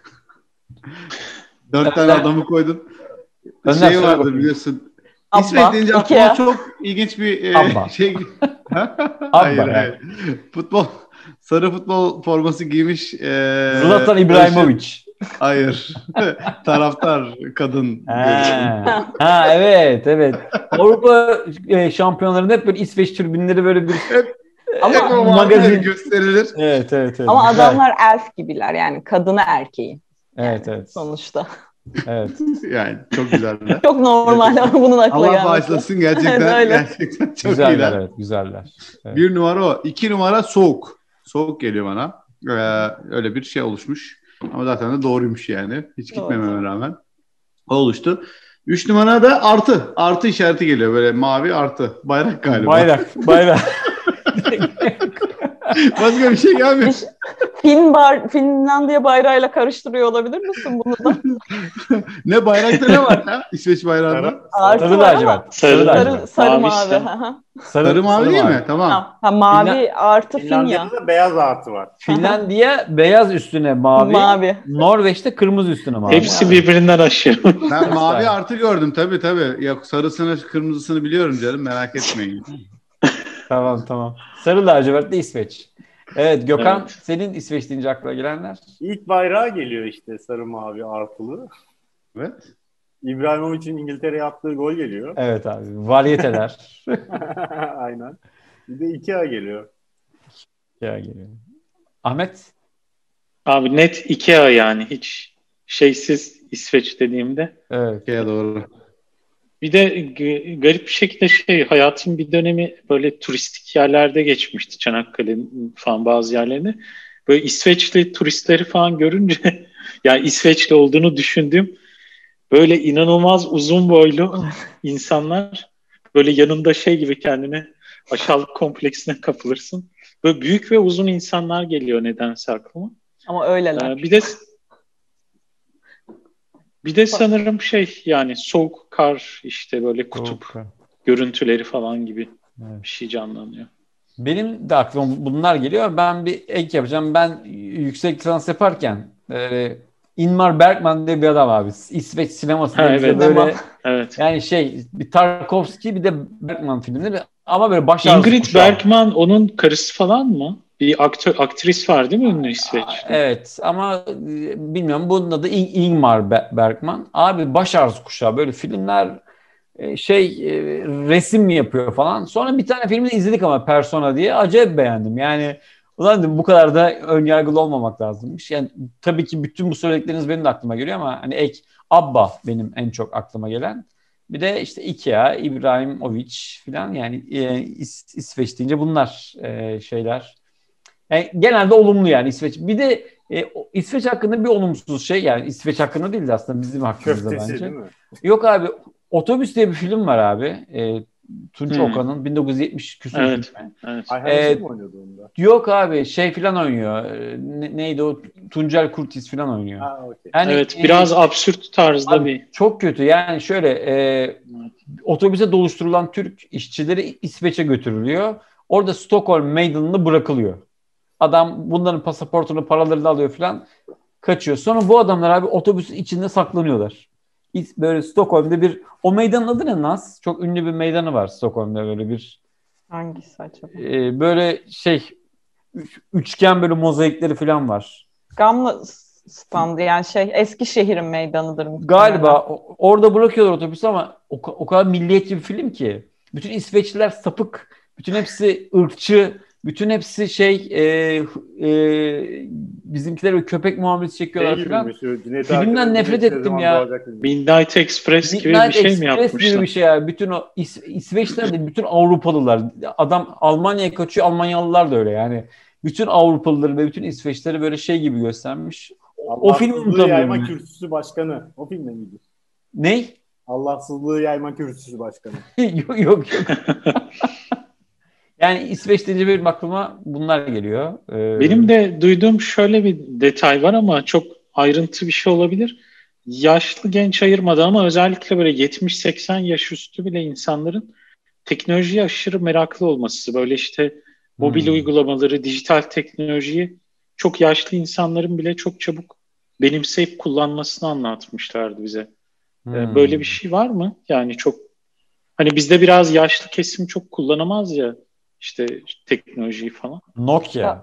4 tane adamı koydun. Önder vardı biliyorsun. İsveç deyince aklıma çok ilginç bir şey. Hayır. Sarı futbol forması giymiş. Zlatan İbrahimovic. Hayır. Taraftar kadın. Ha evet. Avrupa şampiyonlarında hep böyle İsveç tribünleri böyle bir ama magazin gösterilir. Evet. Ama adamlar elf gibiler yani kadını erkeği. Yani evet. Sonuçta. Evet. Yani çok güzeller. Çok normal bunun akla gelmesi. Allah bağışlasın gerçekten çok güzeller, iyiler. Evet, güzeller. Evet. 1 numara o. 2 numara soğuk. Soğuk geliyor bana. Öyle bir şey oluşmuş. Ama zaten de doğruymuş yani. Hiç gitmememe rağmen. O oluştu. 3 numara da artı. Artı işareti geliyor. Böyle mavi artı. Bayrak galiba. Bayrak. Başka bir şey gelmiyor. Finlandiya bayrağıyla karıştırıyor olabilir misin bunu da? Ne bayrakta ne var ya? İsveç bayrağında. Sarı lacivert. Sarı mavi. Sarı mavi değil mi? Tamam. Mavi artı Finya. Finlandiya'da beyaz artı var. Finlandiya beyaz üstüne mavi. Norveç'te kırmızı üstüne mavi. Hepsi birbirinden aşıyor. Ben mavi artı gördüm tabii. Yok sarısını kırmızısını biliyorum canım, merak etmeyin. Tamam. Sarı lacivert de İsveç. Evet Gökhan, senin İsveç deyince aklına gelenler? İlk bayrağı geliyor işte sarı mavi artılı. Evet. İbrahimovic'in İngiltere'ye attığı gol geliyor. Evet abi. Varyeteler. Aynen. Bir de IKEA geliyor. Ahmet? Abi net IKEA yani. Hiç şeysiz İsveç dediğimde. Evet. IKEA doğru. Bir de garip bir şekilde hayatın bir dönemi böyle turistik yerlerde geçmişti. Çanakkale'nin falan bazı yerlerinde. Böyle İsveçli turistleri falan görünce yani İsveçli olduğunu düşündüğüm böyle inanılmaz uzun boylu insanlar, böyle yanında gibi kendine aşağılık kompleksine kapılırsın. Böyle büyük ve uzun insanlar geliyor nedense aklıma. Ama öyleler. Bir de sanırım yani soğuk kar, işte böyle kutup görüntüleri falan gibi bir şey canlanıyor. Benim de aklıma bunlar geliyor. Ben bir ek yapacağım. Ben yüksek lisans yaparken Ingmar Bergman diye bir adam abi. İsveç sinemasında böyle yani bir Tarkovski bir de Bergman filmleri ama böyle baş ağrısı Ingrid Bergman onun karısı falan mı? Bir aktris var değil mi ünlü İsveç'te? Evet ama bilmiyorum, bunun adı Ingmar Bergman. Abi baş ağrısı kuşağı, böyle filmler resim mi yapıyor falan. Sonra bir tane filmini izledik ama Persona diye, acayip beğendim. Yani ulan dedim, bu kadar da önyargılı olmamak lazımmış. Yani tabii ki bütün bu söyledikleriniz benim de aklıma geliyor ama hani ABBA benim en çok aklıma gelen. Bir de işte IKEA, İbrahimovic falan, yani İsveç deyince bunlar şeyler. Yani genelde olumlu yani İsveç. Bir de İsveç hakkında bir olumsuz şey, yani İsveç hakkında değil de aslında bizim hakkımızda Köftesi, bence. değil mi? Yok abi, Otobüs diye bir film var abi. Tunç Okan'ın 1970 küsur filmi. Evet. Ayhan mı oynuyordu onda? Yok abi, falan oynuyor. Neydi o? Tuncel Kurtiz falan oynuyor. Okay. Yani, evet, biraz absürt tarzda abi, bir. Çok kötü yani, otobüse doluşturulan Türk işçileri İsveç'e götürülüyor. Orada Stockholm Meydanı'nda bırakılıyor. Adam bunların pasaportunu, paralarını alıyor falan, kaçıyor. Sonra bu adamlar abi otobüsün içinde saklanıyorlar. Böyle Stockholm'da o meydanın adı ne Naz? Çok ünlü bir meydanı var Stockholm'da, böyle bir. Hangisi acaba? Böyle üçgen böyle mozaikleri falan var. Gamla standı yani Eskişehir'in meydanıdır muhtemelen. Galiba orada bırakıyorlar otobüsü ama o kadar milliyetçi bir film ki. Bütün İsveçliler sapık. Bütün hepsi ırkçı. Bütün hepsi bizimkiler böyle köpek muamelesi çekiyorlar falan. Filmden nefret ettim ya. Midnight Express gibi bir şey mi yapmışlar? Gibi bir şey ya. Bütün o İsveçler de bütün Avrupalılar. Adam Almanya'ya kaçıyor. Almanyalılar da öyle yani. Bütün Avrupalıları ve bütün İsveçleri böyle gibi göstermiş. O filmi unutamıyorum. Yayma Kürsüsü Başkanı. O filmde miydi? Ne? Allahsızlığı Yayma Kürsüsü Başkanı. Yok. Yani İsveç deyince benim aklıma bunlar geliyor. Benim de duyduğum şöyle bir detay var ama çok ayrıntı bir şey olabilir. Yaşlı genç ayırmadan ama özellikle böyle 70-80 yaş üstü bile insanların teknolojiye aşırı meraklı olması. Böyle mobil uygulamaları, dijital teknolojiyi çok yaşlı insanların bile çok çabuk benimseyip kullanmasını anlatmışlardı bize. Böyle bir şey var mı? Yani çok, hani bizde biraz yaşlı kesim çok kullanamaz ya işte teknolojiyi falan. Nokia.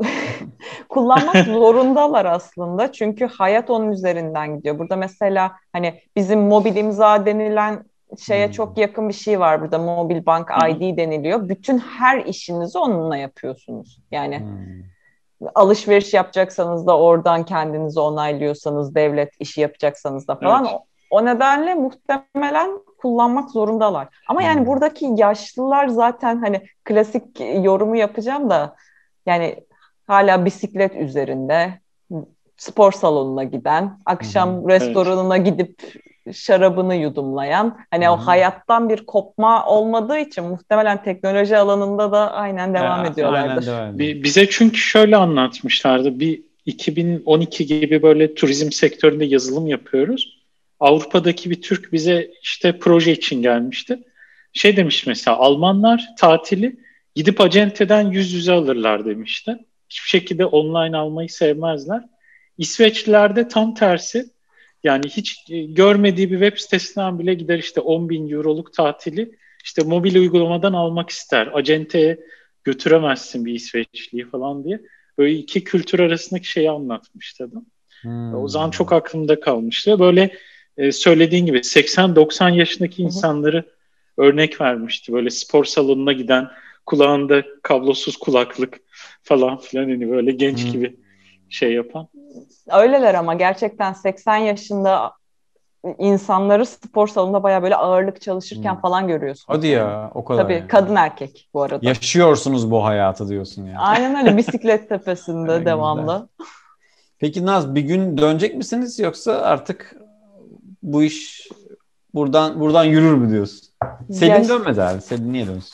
Kullanmak zorundalar aslında. Çünkü hayat onun üzerinden gidiyor. Burada mesela hani bizim mobil imza denilen şeye çok yakın bir şey var burada. Mobil bank ID deniliyor. Bütün her işinizi onunla yapıyorsunuz. Yani alışveriş yapacaksanız da oradan kendinizi onaylıyorsanız, devlet işi yapacaksanız da falan. Evet. O nedenle muhtemelen kullanmak zorundalar. Ama yani buradaki yaşlılar zaten hani klasik yorumu yapacağım da yani hala bisiklet üzerinde, spor salonuna giden, akşam restoranına gidip şarabını yudumlayan, hani o hayattan bir kopma olmadığı için muhtemelen teknoloji alanında da aynen devam ediyorlardır. Bize çünkü şöyle anlatmışlardı. Bir 2012 gibi böyle turizm sektöründe yazılım yapıyoruz. Avrupa'daki bir Türk bize işte proje için gelmişti. Şey demiş mesela, Almanlar tatili gidip acenteden yüz yüze alırlar demişti. Hiçbir şekilde online almayı sevmezler. İsveçlilerde tam tersi. Yani hiç görmediği bir web sitesinden bile gider işte 10.000 euroluk tatili işte mobil uygulamadan almak ister. Acenteye götüremezsin bir İsveçliyi falan diye. Böyle iki kültür arasındaki şeyi anlatmıştı adam. O zaman çok aklımda kalmıştı. Böyle söylediğin gibi 80-90 yaşındaki insanları örnek vermişti. Böyle spor salonuna giden, kulağında kablosuz kulaklık falan filan, hani böyle genç gibi şey yapan. Öyleler ama gerçekten 80 yaşında insanları spor salonunda bayağı böyle ağırlık çalışırken falan görüyorsun. Hadi ya, o kadar. Tabii yani. Kadın erkek bu arada. Yaşıyorsunuz bu hayatı diyorsun yani. Aynen öyle, bisiklet tepesinde devamlı. Güzel. Peki Naz, bir gün dönecek misiniz yoksa artık bu iş buradan yürür mü diyorsun? Selin dönmedi abi. Selin niye dönsün?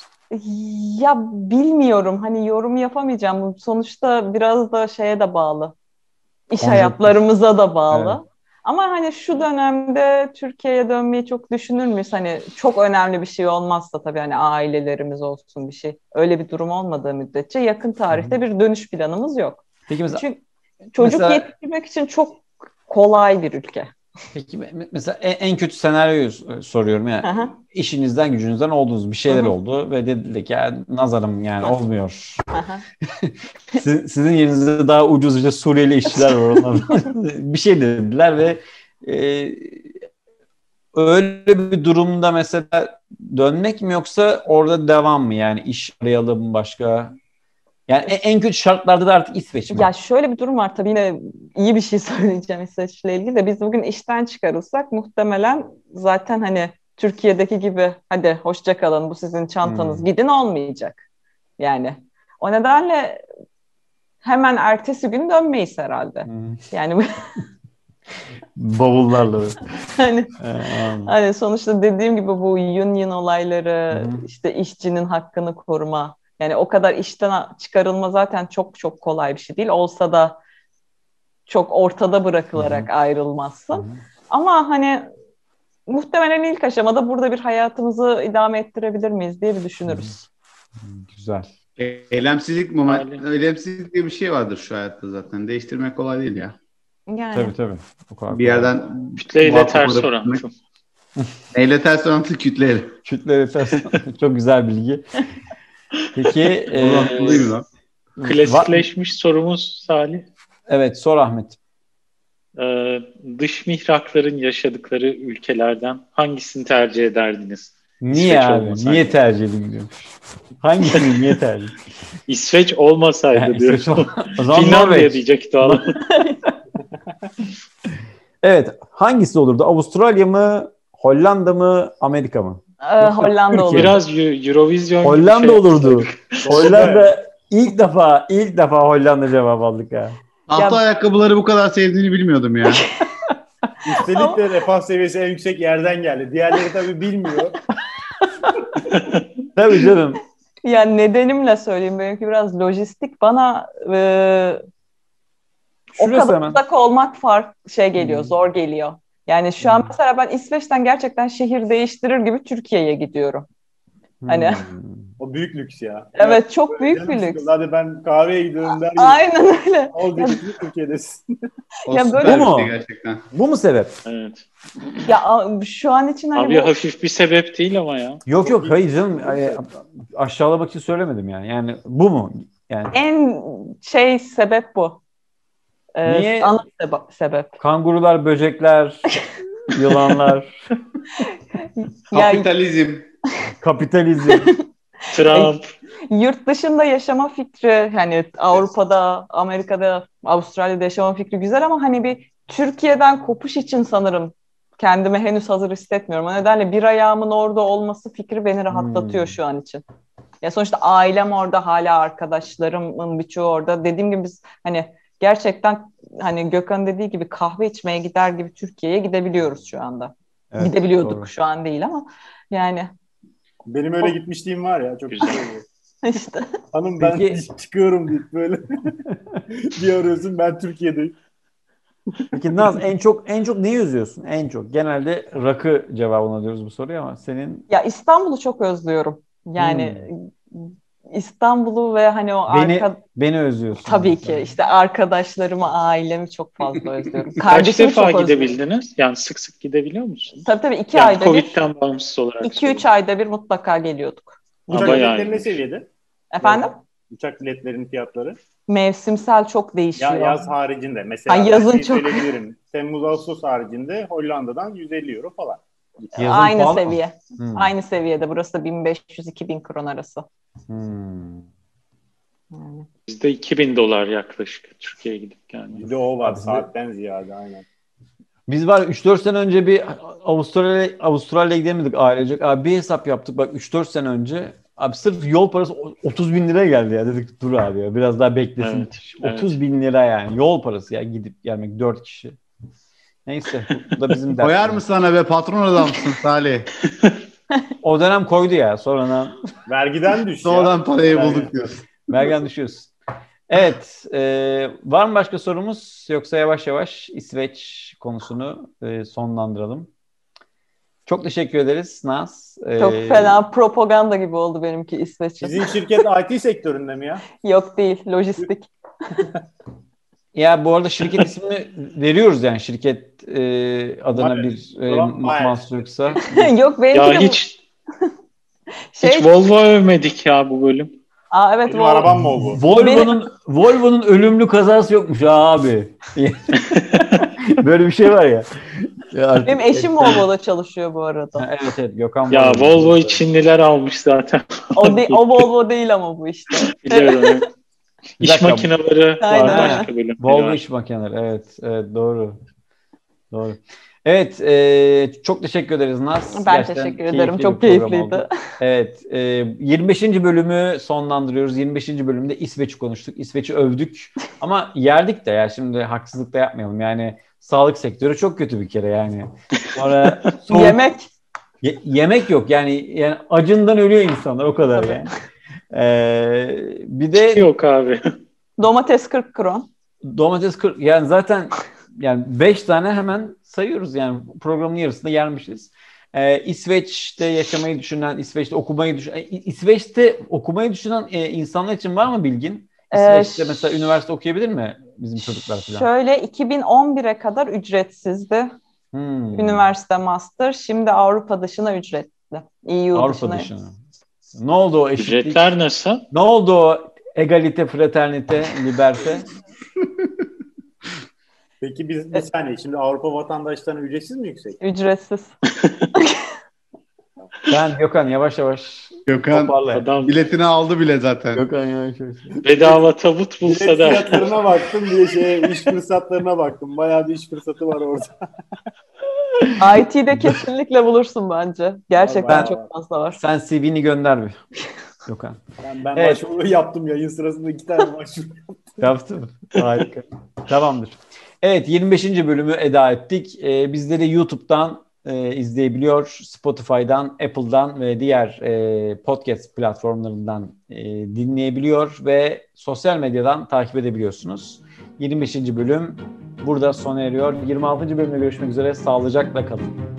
Ya bilmiyorum, hani yorum yapamayacağım. Sonuçta biraz da şeye de bağlı. İş hayatlarımıza da bağlı. Evet. Ama hani şu dönemde Türkiye'ye dönmeyi çok düşünür müyüz? Hani çok önemli bir şey olmazsa tabii, hani ailelerimiz olsun, bir şey. Öyle bir durum olmadığı müddetçe yakın tarihte bir dönüş planımız yok. Peki mesela, çünkü çocuk yetiştirmek için çok kolay bir ülke. Peki mesela en kötü senaryoyu soruyorum yani. Aha. İşinizden gücünüzden oldunuz, bir şeyler oldu ve dediler ki nazarım yani olmuyor. Sizin yerinizde daha ucuz işte Suriyeli işçiler var onlardan. Bir şey dediler ve öyle bir durumda mesela dönmek mi yoksa orada devam mı, yani iş arayalım başka? Yani en kötü şartlarda da artık İsveç mi? Ya şöyle bir durum var tabii, yine iyi bir şey söyleyeceğim İsveç'le ilgili de, biz bugün işten çıkarılsak muhtemelen zaten hani Türkiye'deki gibi hadi hoşça kalın, bu sizin çantanız, gidin olmayacak. Yani o nedenle hemen ertesi gün dönmeyiz herhalde. Yani bavullarla. hani sonuçta dediğim gibi bu union olayları, işte işçinin hakkını koruma. Yani o kadar işten çıkarılma zaten çok çok kolay bir şey değil. Olsa da çok ortada bırakılarak ayrılmazsın. Ama hani muhtemelen ilk aşamada burada bir hayatımızı idame ettirebilir miyiz diye bir düşünürüz. Güzel. Eylemsizlik diye bir şey vardır şu hayatta zaten. Değiştirmek kolay değil ya. Yani. Tabii. O kadar bir yerden kütleyle ters orantı. Neyle ters orantı? Kütleyle. Kütleyle ters orantı. Çok güzel bilgi. Peki klasikleşmiş sorumuz Salih. Evet, sor Ahmet. Dış mihrakların yaşadıkları ülkelerden hangisini tercih ederdiniz? Niye İsveç abi? Olmasaydı. Niye tercih edilmiyormuş? Hangisini niye tercih? İsveç olmasaydı yani diyor. Finlandiya diyecekti adam. Evet. Hangisi olurdu? Avustralya mı? Hollanda mı? Amerika mı? Hollanda olurdu. Biraz Eurovision Hollanda olurdu. Hollanda ilk defa Hollanda cevap aldık ha. Tahta ayakkabıları bu kadar sevdiğini bilmiyordum ya. Üstelik de refah seviyesi en yüksek yerden geldi. Diğerleri tabii bilmiyor. Tabii canım. Yani nedenimle söyleyeyim, benimki biraz lojistik. Bana o kadar uzak olmak geliyor, zor geliyor. Yani şu an mesela ben İsveç'ten gerçekten şehir değiştirir gibi Türkiye'ye gidiyorum. Hani O büyük lüks ya. Evet, çok büyük bir lüks. Hadi ben kahveye gidiyorum der gibi. Aynen öyle. Olacak Türkiye'desin. Ya böyle bu mu? Gerçekten. Bu mu sebep? Evet. Ya şu an için hani abi hafif bir sebep değil ama ya. Yok hayır canım. Aşağılamak için söylemedim yani. Yani bu mu? Yani en sebep bu. Niye? Ana sebep. Kangurular, böcekler, yılanlar. Kapitalizm. Trump. Yurt dışında yaşama fikri, hani Avrupa'da, Amerika'da, Avustralya'da yaşama fikri güzel ama hani bir Türkiye'den kopuş için sanırım kendimi henüz hazır hissetmiyorum. O nedenle bir ayağımın orada olması fikri beni rahatlatıyor şu an için. Ya sonuçta ailem orada, hala arkadaşlarımın birçoğu orada. Dediğim gibi biz hani gerçekten hani Gökhan dediği gibi kahve içmeye gider gibi Türkiye'ye gidebiliyoruz şu anda. Evet, gidebiliyorduk doğru. Şu an değil ama yani. Benim öyle gitmişliğim var ya, çok güzel oluyor. İşte. Hanım ben çıkıyorum deyip böyle bir arıyorsun, ben Türkiye'deyim. Peki Naz, en çok neyi özlüyorsun? En çok. Genelde rakı cevabını alıyoruz bu soruya ama senin... Ya İstanbul'u çok özlüyorum. Yani İstanbul'u ve hani o beni özlüyorsun. Tabii ki. İşte arkadaşlarımı, ailemi çok fazla özlüyorum. Kaç defa gidebildiniz? Yani sık sık gidebiliyor musunuz? Tabii 2 ayda bir. Covid'den bağımsız olarak. 2-3 ayda bir mutlaka geliyorduk. Uçak biletleri ne seviyede? Efendim? Uçak biletlerinin fiyatları? Mevsimsel çok değişiyor. Yaz haricinde. Mesela yazın çok. Söyleyebilirim. Temmuz-Ağustos haricinde Hollanda'dan 150 euro falan. Yazın aynı pahalı seviye. Aynı seviyede. Burası da 1500-2000 kron arası. Yani. Bizde $2000 yaklaşık Türkiye'ye gidip gelmek. Bir de o var. Saatten ziyade aynen. Biz var 3-4 sene önce bir Avustralya'ya gidemedik ailecek. Abi bir hesap yaptık bak 3-4 sene önce. Abi sırf yol parası 30 bin lira geldi ya. Dedik dur abi ya biraz daha beklesin. Evet, 30 bin lira yani yol parası ya gidip gelmek 4 kişi. Neyse bu da bizim dersimiz. Koyar mı sana be, patron adamsın Salih? O dönem koydu ya sonradan. Vergiden düş ya. Sonradan parayı bulduk diyorsun. Vergiden düşüyorsun. Evet. Var mı başka sorumuz? Yoksa yavaş yavaş İsveç konusunu sonlandıralım. Çok teşekkür ederiz Naz. Çok fena propaganda gibi oldu benimki İsveç'in. Sizin şirket IT sektöründe mi ya? Yok değil, lojistik. Ya bu arada şirket ismini veriyoruz yani şirket adına bir mahsur yoksa. Yok benimki ya hiç Volvo övmedik ya bu bölüm. Evet, benim arabam mı oldu? Volvo'nun ölümlü kazası yokmuş abi. Böyle bir şey var ya. Benim eşim Volvo'da çalışıyor bu arada. Evet Gökhan. Ya Volvo Çinliler almış zaten. O Volvo değil ama bu işte. Biliyorum. İş makineleri var başka bölüm. Volvo iş makineleri evet doğru. Evet çok teşekkür ederiz Naz. Ben teşekkür ederim. Çok keyifliydi. Evet 25. bölümü sonlandırıyoruz. 25. bölümde İsveç'i konuştuk. İsveç'i övdük. Ama yerdik de ya şimdi haksızlık da yapmayalım. Yani sağlık sektörü çok kötü bir kere yani. Sonra yemek. Yemek yok yani acından ölüyor insanlar o kadar yani. Bir de yok abi. Domates 40 kron. Domates 40 yani zaten yani 5 tane hemen sayıyoruz yani programın yarısında gelmişiz. İsveç'te yaşamayı düşünen, İsveç'te okumayı düşünen insanlar için var mı bilgin? İsveç'te mesela üniversite okuyabilir mi bizim çocuklar falan? Şöyle 2011'e kadar ücretsizdi. Üniversite master. Şimdi Avrupa dışına ücretli. EU Avrupa dışına. Ne oldu o eşitlik? Ücretler nasıl? Ne oldu o egalite, fraternite, liberte? Peki biz bir saniye şimdi Avrupa vatandaşlarına ücretsiz mi yüksek? Ücretsiz. Ben Gökhan yavaş yavaş. Gökhan biletini aldı bile zaten. Gökhan yavaş yavaş. Bedava tabut bulsa da. Bilet fiyatlarına baktım diye iş fırsatlarına baktım. Bayağı bir iş fırsatı var orada. IT'de kesinlikle bulursun bence. Gerçekten çok fazla var. Sen CV'ni gönder bir. Gökhan. Ben başvuru yaptım yayın sırasında 2 tane başvuru yaptım. Yaptın mı? Harika. Tamamdır. Evet 25. bölümü eda ettik. Bizleri YouTube'dan izleyebiliyor, Spotify'dan, Apple'dan ve diğer podcast platformlarından dinleyebiliyor ve sosyal medyadan takip edebiliyorsunuz. 25. bölüm burada sona eriyor. 26. bölümde görüşmek üzere. Sağlıcakla kalın.